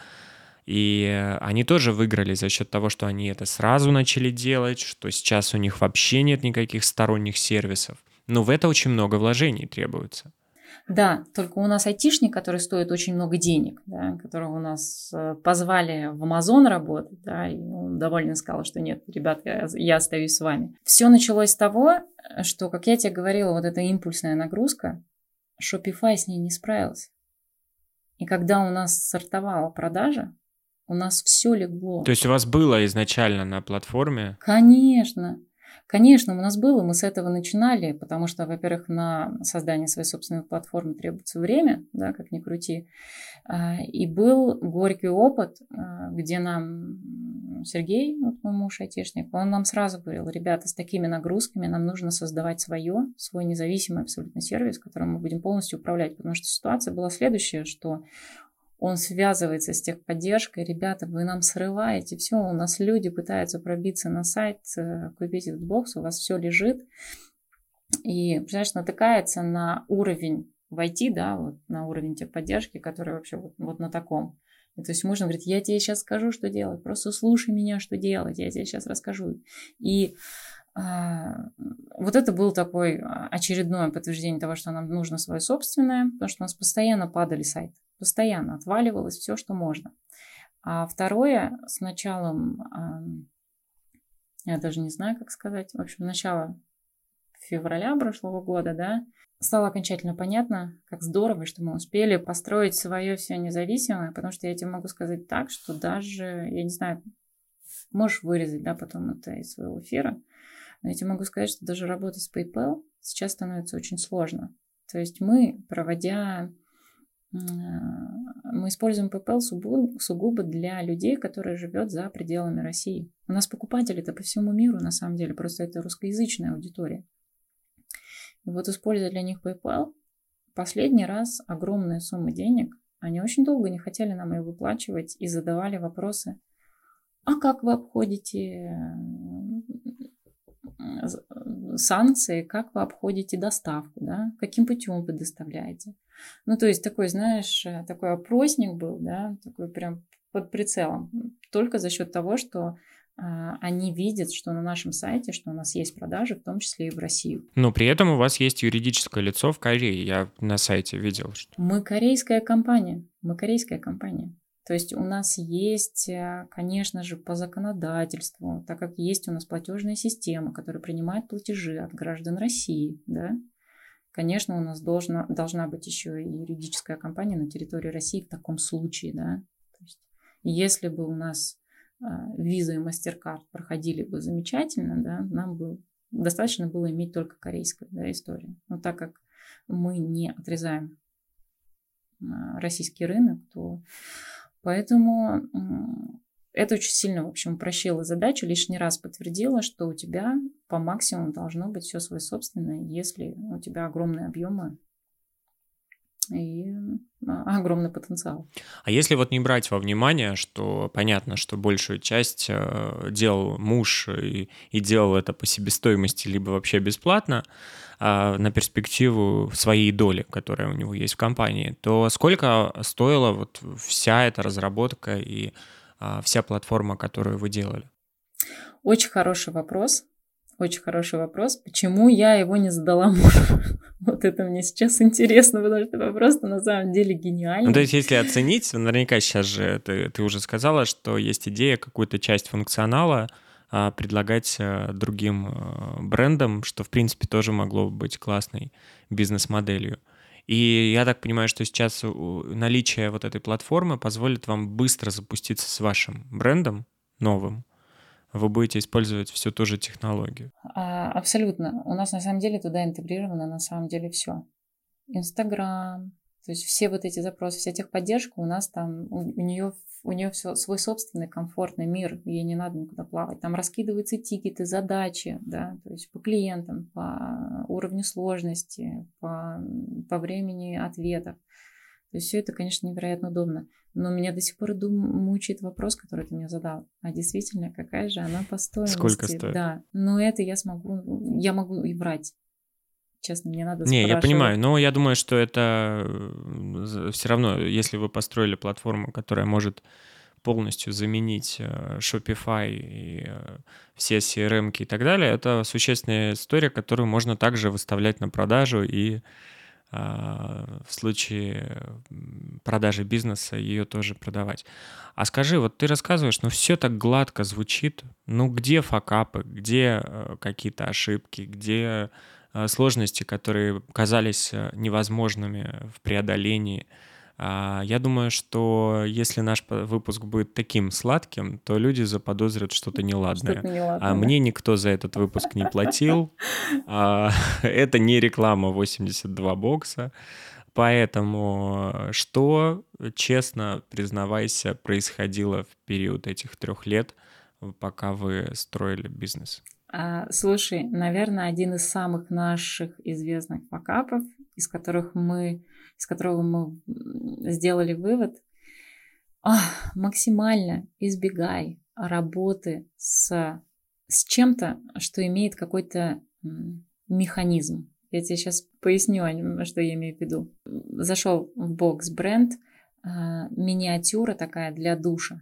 и они тоже выиграли за счет того, что они это сразу начали делать, что сейчас у них вообще нет никаких сторонних сервисов. Но в это очень много вложений требуется. Да, только у нас айтишник, который стоит очень много денег, да, которого у нас позвали в Amazon работать, да, и он довольно сказал, что нет, ребят, я остаюсь с вами. Все началось с того, что, как я тебе говорила, вот эта импульсная нагрузка, Shopify с ней не справился. И когда у нас стартовала продажа, у нас все легло. То есть у вас было изначально на платформе? Конечно. Конечно, у нас было, мы с этого начинали, потому что, во-первых, на создание своей собственной платформы требуется время, да, как ни крути. И был горький опыт, где нам Сергей, вот мой муж айтишник, он нам сразу говорил: ребята, с такими нагрузками нам нужно создавать свой независимый абсолютно сервис, которым мы будем полностью управлять, потому что ситуация была следующая, что он связывается с техподдержкой: ребята, вы нам срываете все, у нас люди пытаются пробиться на сайт, купить этот бокс, у вас все лежит. И, знаешь, натыкается на уровень в IT, да, вот на уровень техподдержки, который вообще вот на таком. И, то есть можно говорить: я тебе сейчас скажу, что делать, просто слушай меня, что делать, я тебе сейчас расскажу. И вот это был такой очередное подтверждение того, что нам нужно свое собственное, потому что у нас постоянно падали сайты, постоянно отваливалось все, что можно. А второе, с началом, я даже не знаю, как сказать, в общем, начало февраля прошлого года, да, стало окончательно понятно, как здорово, что мы успели построить свое все независимое, потому что я тебе могу сказать так, что даже, я не знаю, можешь вырезать, да, потом это из своего эфира, но я тебе могу сказать, что даже работать с PayPal сейчас становится очень сложно. То есть мы используем PayPal сугубо для людей, которые живут за пределами России. У нас покупатели-то по всему миру, на самом деле, просто это русскоязычная аудитория. И вот, используя для них PayPal, последний раз огромные суммы денег, они очень долго не хотели нам ее выплачивать и задавали вопросы: а как вы обходите санкции, как вы обходите доставку, да? Каким путем вы доставляете? Ну, то есть такой, знаешь, такой опросник был, да, такой прям под прицелом. Только за счет того, что они видят, что на нашем сайте, что у нас есть продажи, в том числе и в Россию. Но при этом у вас есть юридическое лицо в Корее, я на сайте видел. Мы корейская компания. То есть у нас есть, конечно же, по законодательству, так как есть у нас платежная система, которая принимает платежи от граждан России, да, конечно, у нас должна быть еще и юридическая компания на территории России в таком случае, да. То есть, если бы у нас Visa и MasterCard проходили бы замечательно, да, нам бы достаточно было иметь только корейскую, да, историю. Но так как мы не отрезаем российский рынок, то поэтому это очень сильно, в общем, упрощило задачу, лишний раз подтвердило, что у тебя по максимуму должно быть все свое собственное, если у тебя огромные объемы и огромный потенциал. А если вот не брать во внимание, что понятно, что большую часть делал муж и делал это по себестоимости, либо вообще бесплатно, на перспективу своей доли, которая у него есть в компании, то сколько стоила вот вся эта разработка и вся платформа, которую вы делали? Очень хороший вопрос. Очень хороший вопрос. Почему я его не задала мужу? Вот это мне сейчас интересно, потому что вопрос на самом деле Ну, то гениальный. есть, если оценить, наверняка сейчас же ты уже сказала, что есть идея какую-то часть функционала предлагать другим брендам, что, в принципе, тоже могло бы быть классной бизнес-моделью. И я так понимаю, что сейчас наличие вот этой платформы позволит вам быстро запуститься с вашим брендом новым. Вы будете использовать всю ту же технологию. Абсолютно. У нас на самом деле туда интегрировано на самом деле все. Инстаграм, то есть все вот эти запросы, вся техподдержка у нас там, у нее все свой собственный комфортный мир, ей не надо никуда плавать. Там раскидываются тикеты, задачи, да, то есть по клиентам, по уровню сложности, по времени ответов. То есть все это, конечно, невероятно удобно. Но меня до сих пор мучает вопрос, который ты мне задал. А действительно, какая же она по стоимости? Сколько стоит? Да, но это я могу и врать. Честно, мне надо Не, я спрашивать. понимаю, но я думаю, что это все равно, если вы построили платформу, которая может полностью заменить Shopify и все CRM-ки и так далее, это существенная история, которую можно также выставлять на продажу и в случае продажи бизнеса ее тоже продавать. А скажи, вот ты рассказываешь, ну все так гладко звучит, ну где факапы, где какие-то ошибки, где сложности, которые казались невозможными в преодолении. Я думаю, что если наш выпуск будет таким сладким, то люди заподозрят что-то неладное. Что-то неладно, да. Мне никто за этот выпуск не платил. Это не реклама 82 бокса. Поэтому что, честно признавайся, происходило в период этих 3 лет, пока вы строили бизнес? Слушай, наверное, один из самых наших известных факапов, из которого мы сделали вывод, максимально избегай работы с чем-то, что имеет какой-то механизм. Я тебе сейчас поясню, что я имею в виду. Зашел в бокс бренд, миниатюра такая для душа.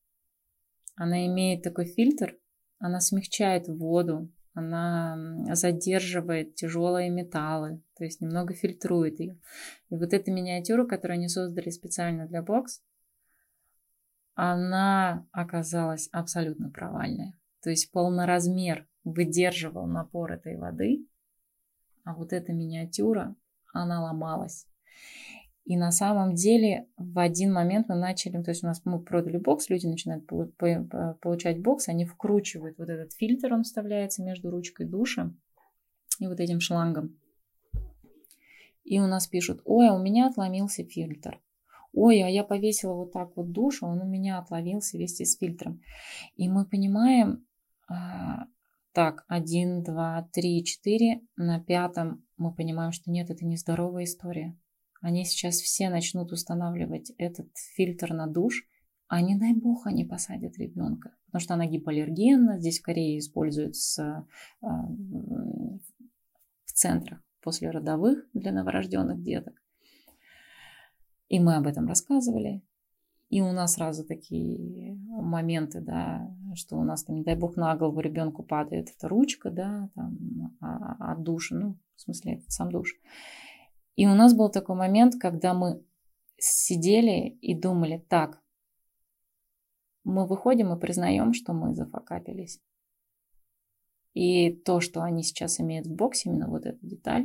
Она имеет такой фильтр, она смягчает воду, она задерживает тяжелые металлы, то есть немного фильтрует ее. И вот эта миниатюра, которую они создали специально для бокс, она оказалась абсолютно провальная. То есть полноразмер выдерживал напор этой воды, а вот эта миниатюра, она ломалась. И на самом деле в один момент мы начали, то есть мы продали бокс, люди начинают получать бокс, они вкручивают вот этот фильтр, он вставляется между ручкой душа и вот этим шлангом. И у нас пишут: ой, а у меня отломился фильтр. Ой, а я повесила вот так вот душ, а он у меня отломился вместе с фильтром. И мы понимаем, так, 1, 2, 3, 4, на 5 мы понимаем, что нет, это нездоровая история. Они сейчас все начнут устанавливать этот фильтр на душ, а не дай бог они посадят ребенка. Потому что она гипоаллергенна, здесь в Корее используется в центрах послеродовых для новорожденных деток. И мы об этом рассказывали. И у нас сразу такие моменты, да, что у нас там, не дай бог, на голову ребенку падает эта ручка, да, там, от душа, ну, в смысле, этот сам душ. И у нас был такой момент, когда мы сидели и думали: так, мы выходим и признаем, что мы зафакапились. И то, что они сейчас имеют в боксе, именно вот эта деталь,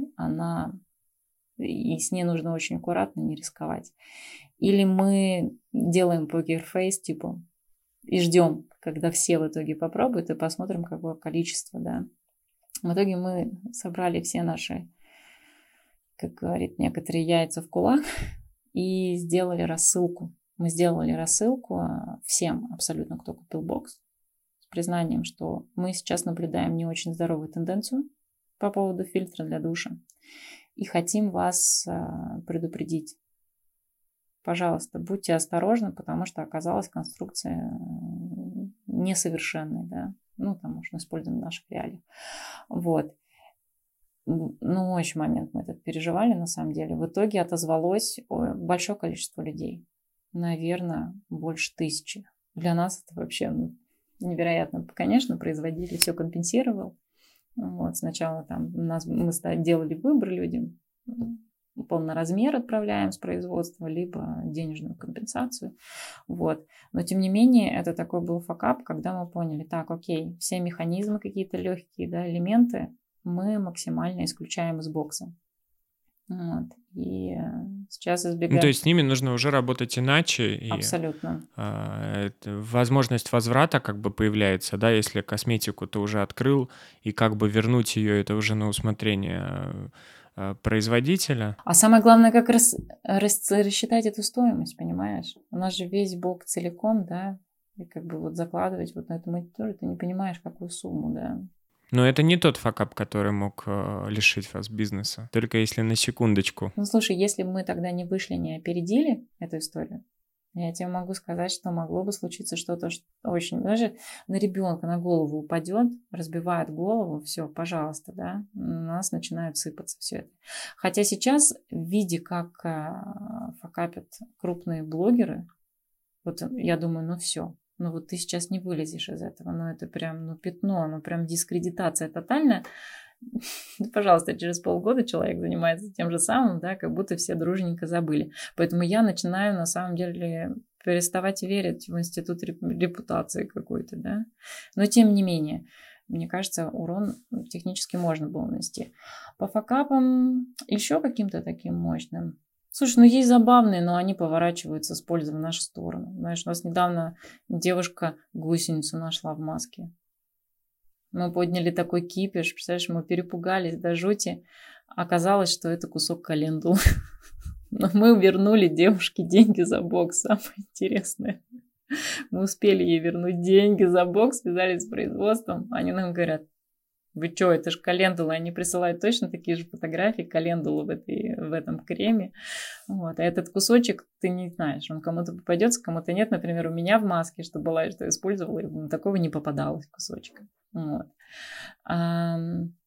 и с ней нужно очень аккуратно, не рисковать. Или мы делаем покерфейс, типа, и ждем, когда все в итоге попробуют, и посмотрим, какое количество, да. В итоге мы собрали все наши, как говорит некоторые, яйца в кулак и сделали рассылку. Мы сделали рассылку всем абсолютно, кто купил бокс, с признанием, что мы сейчас наблюдаем не очень здоровую тенденцию по поводу фильтра для душа. и хотим вас предупредить. Пожалуйста, будьте осторожны, потому что оказалась конструкция несовершенной, да. Ну, там можно использовать в наших реалиях. Вот. Ну, очень момент мы этот переживали, на самом деле. В итоге отозвалось большое количество людей. Наверное, больше 1000. Для нас это вообще невероятно. Конечно, производитель все компенсировал. Вот, сначала там мы делали выбор людям. Полный размер отправляем с производства, либо денежную компенсацию. Вот. Но, тем не менее, это такой был факап, когда мы поняли, так, окей, все механизмы какие-то легкие, да, элементы мы максимально исключаем из бокса. Вот. И сейчас избегаем. Ну, то есть с ними нужно уже работать иначе. Абсолютно. Возможность возврата как бы появляется, да, если косметику ты уже открыл, и как бы вернуть ее, это уже на усмотрение производителя. А самое главное, как рассчитать эту стоимость, понимаешь? У нас же весь бок целиком, да, и как бы вот закладывать вот на эту мониторе, ты не понимаешь, какую сумму, да. Но это не тот факап, который мог лишить вас бизнеса, только если на секундочку. Ну, слушай, если бы мы тогда не вышли, не опередили эту историю, я тебе могу сказать, что могло бы случиться что-то очень... Даже на ребенка на голову упадет, разбивает голову, все, пожалуйста, да, у нас начинает сыпаться все это. Хотя сейчас, видя, как факапят крупные блогеры, вот я думаю, ну все, ну вот ты сейчас не вылезешь из этого, ну это прям, пятно, прям дискредитация тотальная. Пожалуйста, через полгода человек занимается тем же самым, да, как будто все дружненько забыли. Поэтому я начинаю, на самом деле, переставать верить в институт репутации какой-то, да. Но тем не менее, мне кажется, урон технически можно было нанести. По факапам еще каким-то таким мощным. Слушай, есть забавные, но они поворачиваются с пользой в нашу сторону. Знаешь, у нас недавно девушка гусеницу нашла в маске. Мы подняли такой кипиш, представляешь, мы перепугались до жути. Оказалось, что это кусок календулы. Но мы вернули девушке деньги за бокс. Самое интересное. Мы успели ей вернуть деньги за бокс, связались с производством. Они нам говорят, вы что, это же календула. Они присылают точно такие же фотографии календулы в этом креме. Вот. А этот кусочек ты не знаешь, он кому-то попадется, кому-то нет. Например, у меня в маске, что была и что использовала, и такого не попадалось кусочка. Вот. А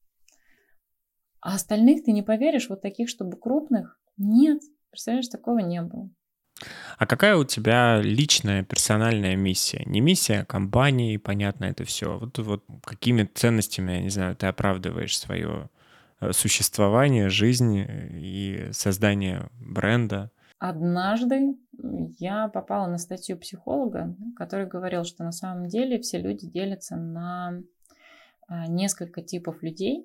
остальных ты не поверишь, вот таких, чтобы крупных, нет. Представляешь, такого не было. А какая у тебя личная, персональная миссия? Не миссия компании, понятно, это все. Вот какими ценностями, я не знаю, ты оправдываешь свое существование, жизнь и создание бренда? Однажды я попала на статью психолога, который говорил, что на самом деле все люди делятся на несколько типов людей,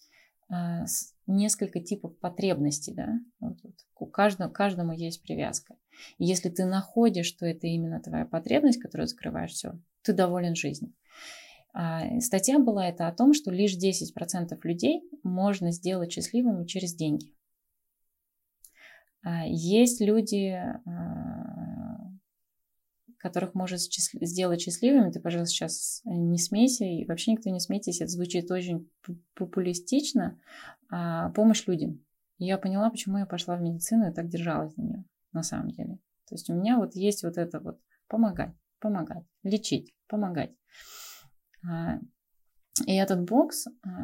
несколько типов потребностей, да, каждому есть привязка. И если ты находишь, что это именно твоя потребность, которую закрываешь, все, ты доволен жизнью. Статья была это о том, что лишь 10% людей можно сделать счастливыми через деньги. Есть люди, которых можно сделать счастливыми. Ты, пожалуйста, сейчас не смейся, и вообще никто не смейтесь, это звучит очень популистично. Помощь людям. И я поняла, почему я пошла в медицину и так держалась за нее, на самом деле. То есть у меня вот есть вот это вот помогать, лечить, помогать. И этот бокс,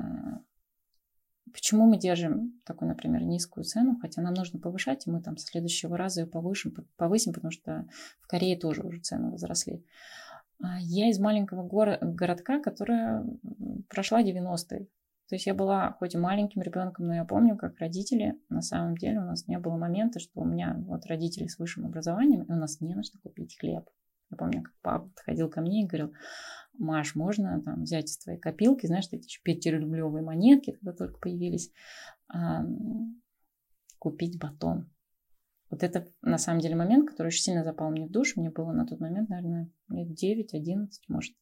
почему мы держим такую, например, низкую цену, хотя нам нужно повышать, и мы там со следующего раза ее повысим, потому что в Корее тоже уже цены возросли. Я из маленького городка, которая прошла 90-е. То есть я была хоть и маленьким ребенком, но я помню, как родители, на самом деле у нас не было момента, что у меня вот родители с высшим образованием, и у нас не на что купить хлеб. Я помню, как папа подходил ко мне и говорил, Маш, можно там взять из твоей копилки, знаешь, эти 5-рублевые монетки, когда только появились, купить батон. Вот это на самом деле момент, который очень сильно запал мне в душу. Мне было на тот момент, наверное, лет 9-11, может.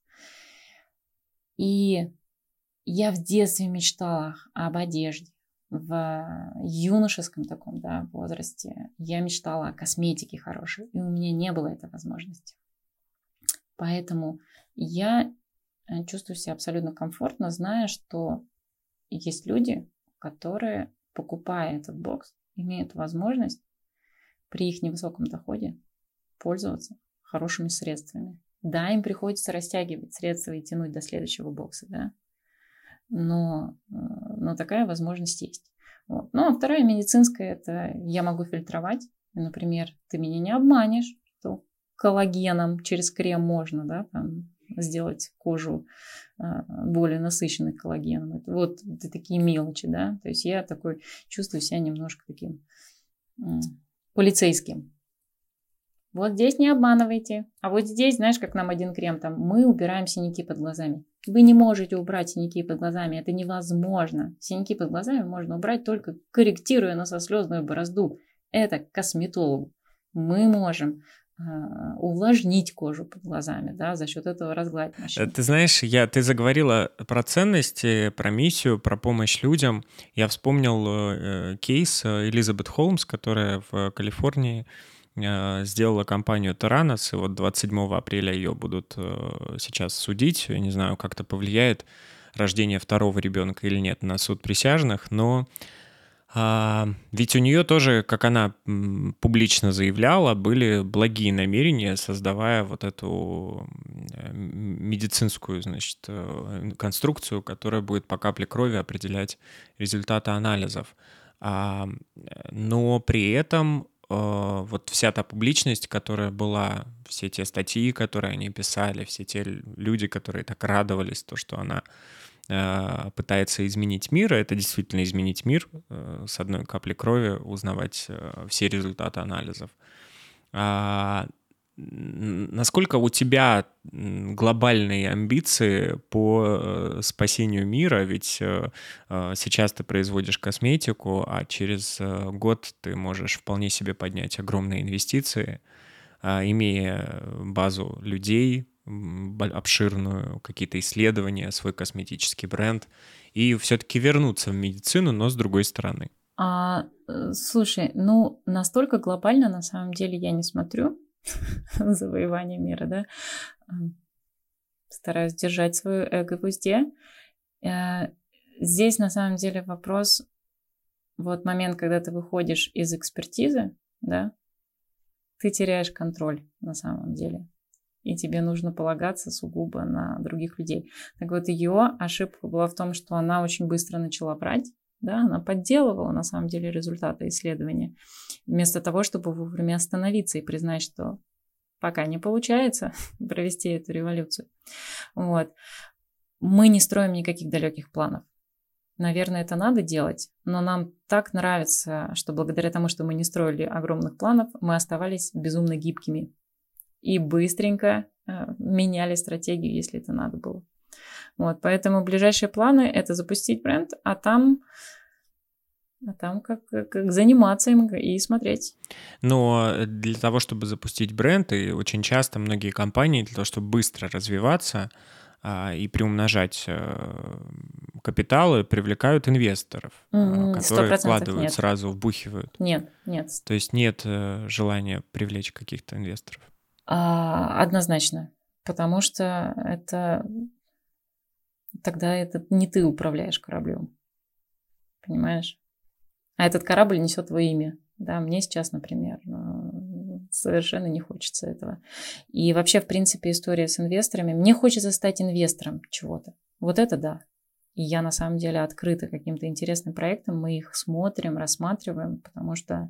И я в детстве мечтала об одежде. В юношеском таком, да, возрасте я мечтала о косметике хорошей, и у меня не было этой возможности. Поэтому я чувствую себя абсолютно комфортно, зная, что есть люди, которые покупая этот бокс, имеют возможность при их невысоком доходе пользоваться хорошими средствами. Да, им приходится растягивать средства и тянуть до следующего бокса, да, но такая возможность есть. Вот. Ну, а вторая медицинская, это я могу фильтровать. Например, ты меня не обманешь, что коллагеном через крем можно, да, там, сделать кожу более насыщенной коллагеном. Это вот такие мелочи, да. То есть я такой чувствую себя немножко таким полицейским. Вот здесь не обманывайте. А вот здесь, знаешь, как нам один крем, там, мы убираем синяки под глазами. Вы не можете убрать синяки под глазами, это невозможно. Синяки под глазами можно убрать только корректируя носослезную борозду. Это к косметологу. Мы можем увлажнить кожу под глазами, да, за счет этого разгладить морщины. Ты знаешь, ты заговорила про ценности, про миссию, про помощь людям. Я вспомнил кейс Элизабет Холмс, которая в Калифорнии сделала компанию Theranos, и вот 27 апреля ее будут сейчас судить. Я не знаю, как это повлияет, рождение второго ребенка или нет, на суд присяжных, но ведь у нее тоже, как она публично заявляла, были благие намерения, создавая вот эту медицинскую, значит, конструкцию, которая будет по капле крови определять результаты анализов. Но при этом вот вся та публичность, которая была, все те статьи, которые они писали, все те люди, которые так радовались, то, что она пытается изменить мир, это действительно изменить мир, с одной капли крови узнавать все результаты анализов. Насколько у тебя глобальные амбиции по спасению мира? Ведь сейчас ты производишь косметику, а через год ты можешь вполне себе поднять огромные инвестиции, имея базу людей, обширную, какие-то исследования, свой косметический бренд, и все-таки вернуться в медицину, но с другой стороны. Слушай, настолько глобально на самом деле я не смотрю завоевание мира, да. Стараюсь держать свое эго в узде. Здесь на самом деле вопрос, вот момент, когда ты выходишь из экспертизы, да, ты теряешь контроль на самом деле. И тебе нужно полагаться сугубо на других людей. Так вот, ее ошибка была в том, что она очень быстро начала врать, да, она подделывала на самом деле результаты исследования, вместо того, чтобы вовремя остановиться и признать, что пока не получается провести эту революцию. Вот. Мы не строим никаких далеких планов. Наверное, это надо делать, но нам так нравится, что благодаря тому, что мы не строили огромных планов, мы оставались безумно гибкими и быстренько меняли стратегию, если это надо было. Вот, поэтому ближайшие планы – это запустить бренд, а там как заниматься им и смотреть. Но для того, чтобы запустить бренд, и очень часто многие компании для того, чтобы быстро развиваться и приумножать капиталы, привлекают инвесторов, которые вкладывают, нет. Сразу вбухивают. Нет. То есть нет желания привлечь каких-то инвесторов? Однозначно, потому что тогда это не ты управляешь кораблем, понимаешь? А этот корабль несет твое имя. Да, мне сейчас, например, совершенно не хочется этого. И вообще, в принципе, история с инвесторами. Мне хочется стать инвестором чего-то. Вот это да. И я на самом деле открыта каким-то интересным проектам. Мы их смотрим, рассматриваем, потому что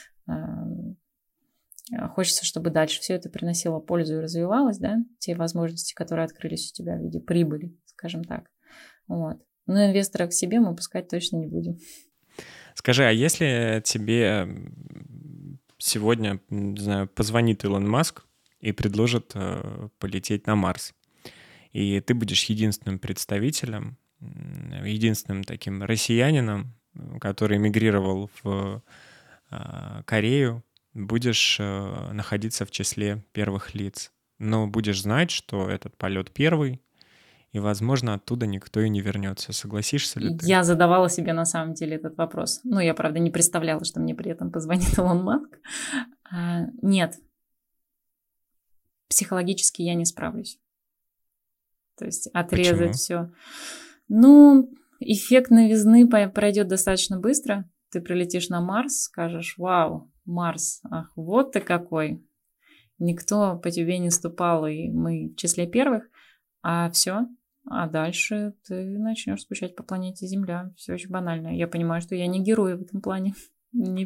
хочется, чтобы дальше все это приносило пользу и развивалось, да, те возможности, которые открылись у тебя в виде прибыли, скажем так. Вот. Но инвестора к себе мы пускать точно не будем. Скажи, а если тебе сегодня, не знаю, позвонит Илон Маск и предложит полететь на Марс, и ты будешь единственным представителем, единственным таким россиянином, который эмигрировал в Корею, будешь находиться в числе первых лиц, но будешь знать, что этот полет первый, и, возможно, оттуда никто и не вернется. Согласишься ли ты? Я задавала себе на самом деле этот вопрос. Я, правда, не представляла, что мне при этом позвонит Илон Маск. Нет. Психологически я не справлюсь. То есть отрезать все. Эффект новизны пройдет достаточно быстро. ты прилетишь на Марс, скажешь: вау, Марс, ах, вот ты какой. Никто по тебе не ступал, и мы в числе первых. А все. А дальше ты начнешь скучать по планете Земля. Все очень банально. Я понимаю, что я не герой в этом плане. Не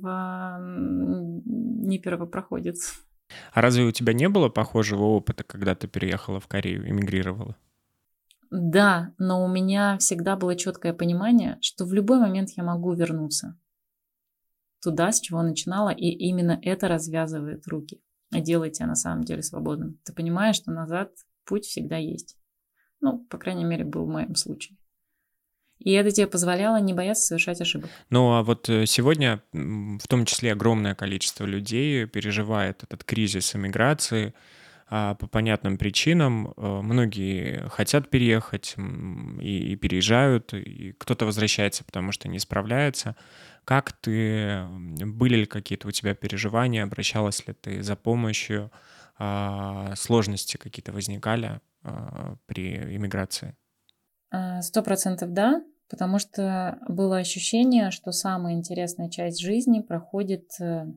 первопроходец. А разве у тебя не было похожего опыта, когда ты переехала в Корею, эмигрировала? Да, но у меня всегда было четкое понимание, что в любой момент я могу вернуться туда, с чего начинала, и именно это развязывает руки, и делает тебя на самом деле свободным. Ты понимаешь, что назад путь всегда есть. Ну, по крайней мере, был в моем случае. И это тебе позволяло не бояться совершать ошибок. Ну, а вот сегодня в том числе огромное количество людей переживает этот кризис эмиграции по понятным причинам. Многие хотят переехать и переезжают, и кто-то возвращается, потому что не справляется. Как ты, были ли какие-то у тебя переживания, обращалась ли ты за помощью, сложности какие-то возникали при эмиграции? 100% да, потому что было ощущение, что самая интересная часть жизни проходит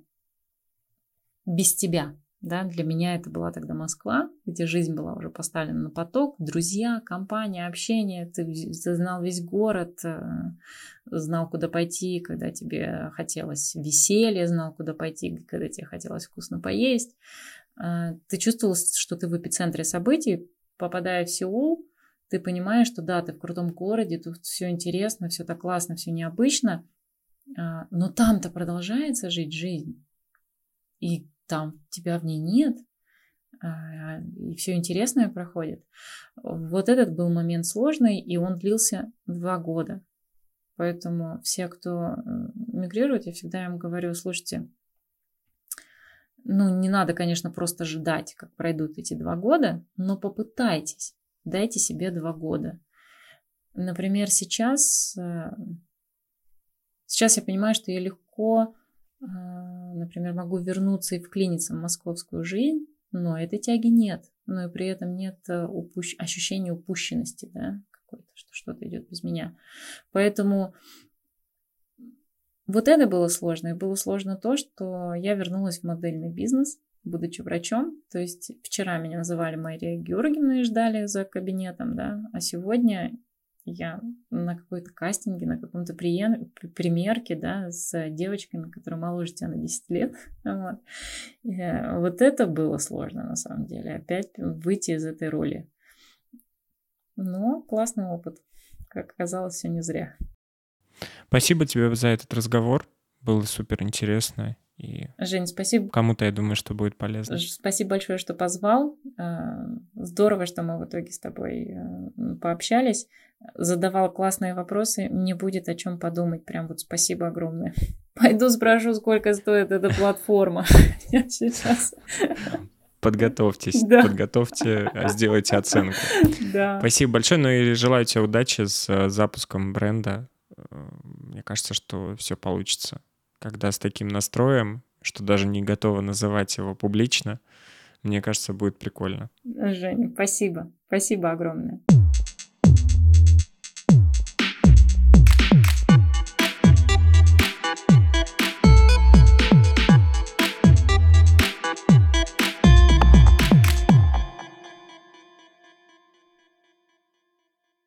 без тебя. Да? Для меня это была тогда Москва, где жизнь была уже поставлена на поток. Друзья, компания, общение. Ты знал весь город, знал, куда пойти, когда тебе хотелось веселья, знал, куда пойти, когда тебе хотелось вкусно поесть. Ты чувствовал, что ты в эпицентре событий, попадая в Сеул. Ты понимаешь, что да, ты в крутом городе, тут все интересно, все так классно, все необычно, но там-то продолжается жить жизнь, и там тебя в ней нет, и все интересное проходит. Вот этот был момент сложный, и он длился 2 года. Поэтому все, кто мигрирует, я всегда им говорю: слушайте, ну не надо, конечно, просто ждать, как пройдут эти 2 года, но попытайтесь. Дайте себе 2 года. Например, сейчас я понимаю, что я легко, например, могу вернуться и вклиниться в московскую жизнь, но этой тяги нет. Но и при этом нет ощущения упущенности, да, какой-то, что что-то идет без меня. Поэтому вот это было сложно. И было сложно то, что я вернулась в модельный бизнес, будучи врачом. То есть вчера меня называли Мария Георгиевна и ждали за кабинетом, да, а сегодня я на какой-то кастинге, на каком-то примерке, да, с девочками, которые моложе тебя на 10 лет. Вот. Вот это было сложно на самом деле, опять выйти из этой роли. Но классный опыт. Как оказалось, все не зря. Спасибо тебе за этот разговор. Было супер интересно. И Жень, спасибо. Кому-то, я думаю, что будет полезно. Спасибо большое, что позвал. Здорово, что мы в итоге с тобой пообщались. Задавал классные вопросы. Мне будет о чем подумать. Прям вот спасибо огромное. Пойду спрошу, сколько стоит эта платформа. Сейчас. Подготовьтесь, подготовьте, сделайте оценку. Да. Спасибо большое, ну и желаю тебе удачи с запуском бренда. Мне кажется, что все получится. Когда с таким настроем, что даже не готова называть его публично, мне кажется, будет прикольно. Женя, спасибо. Спасибо огромное.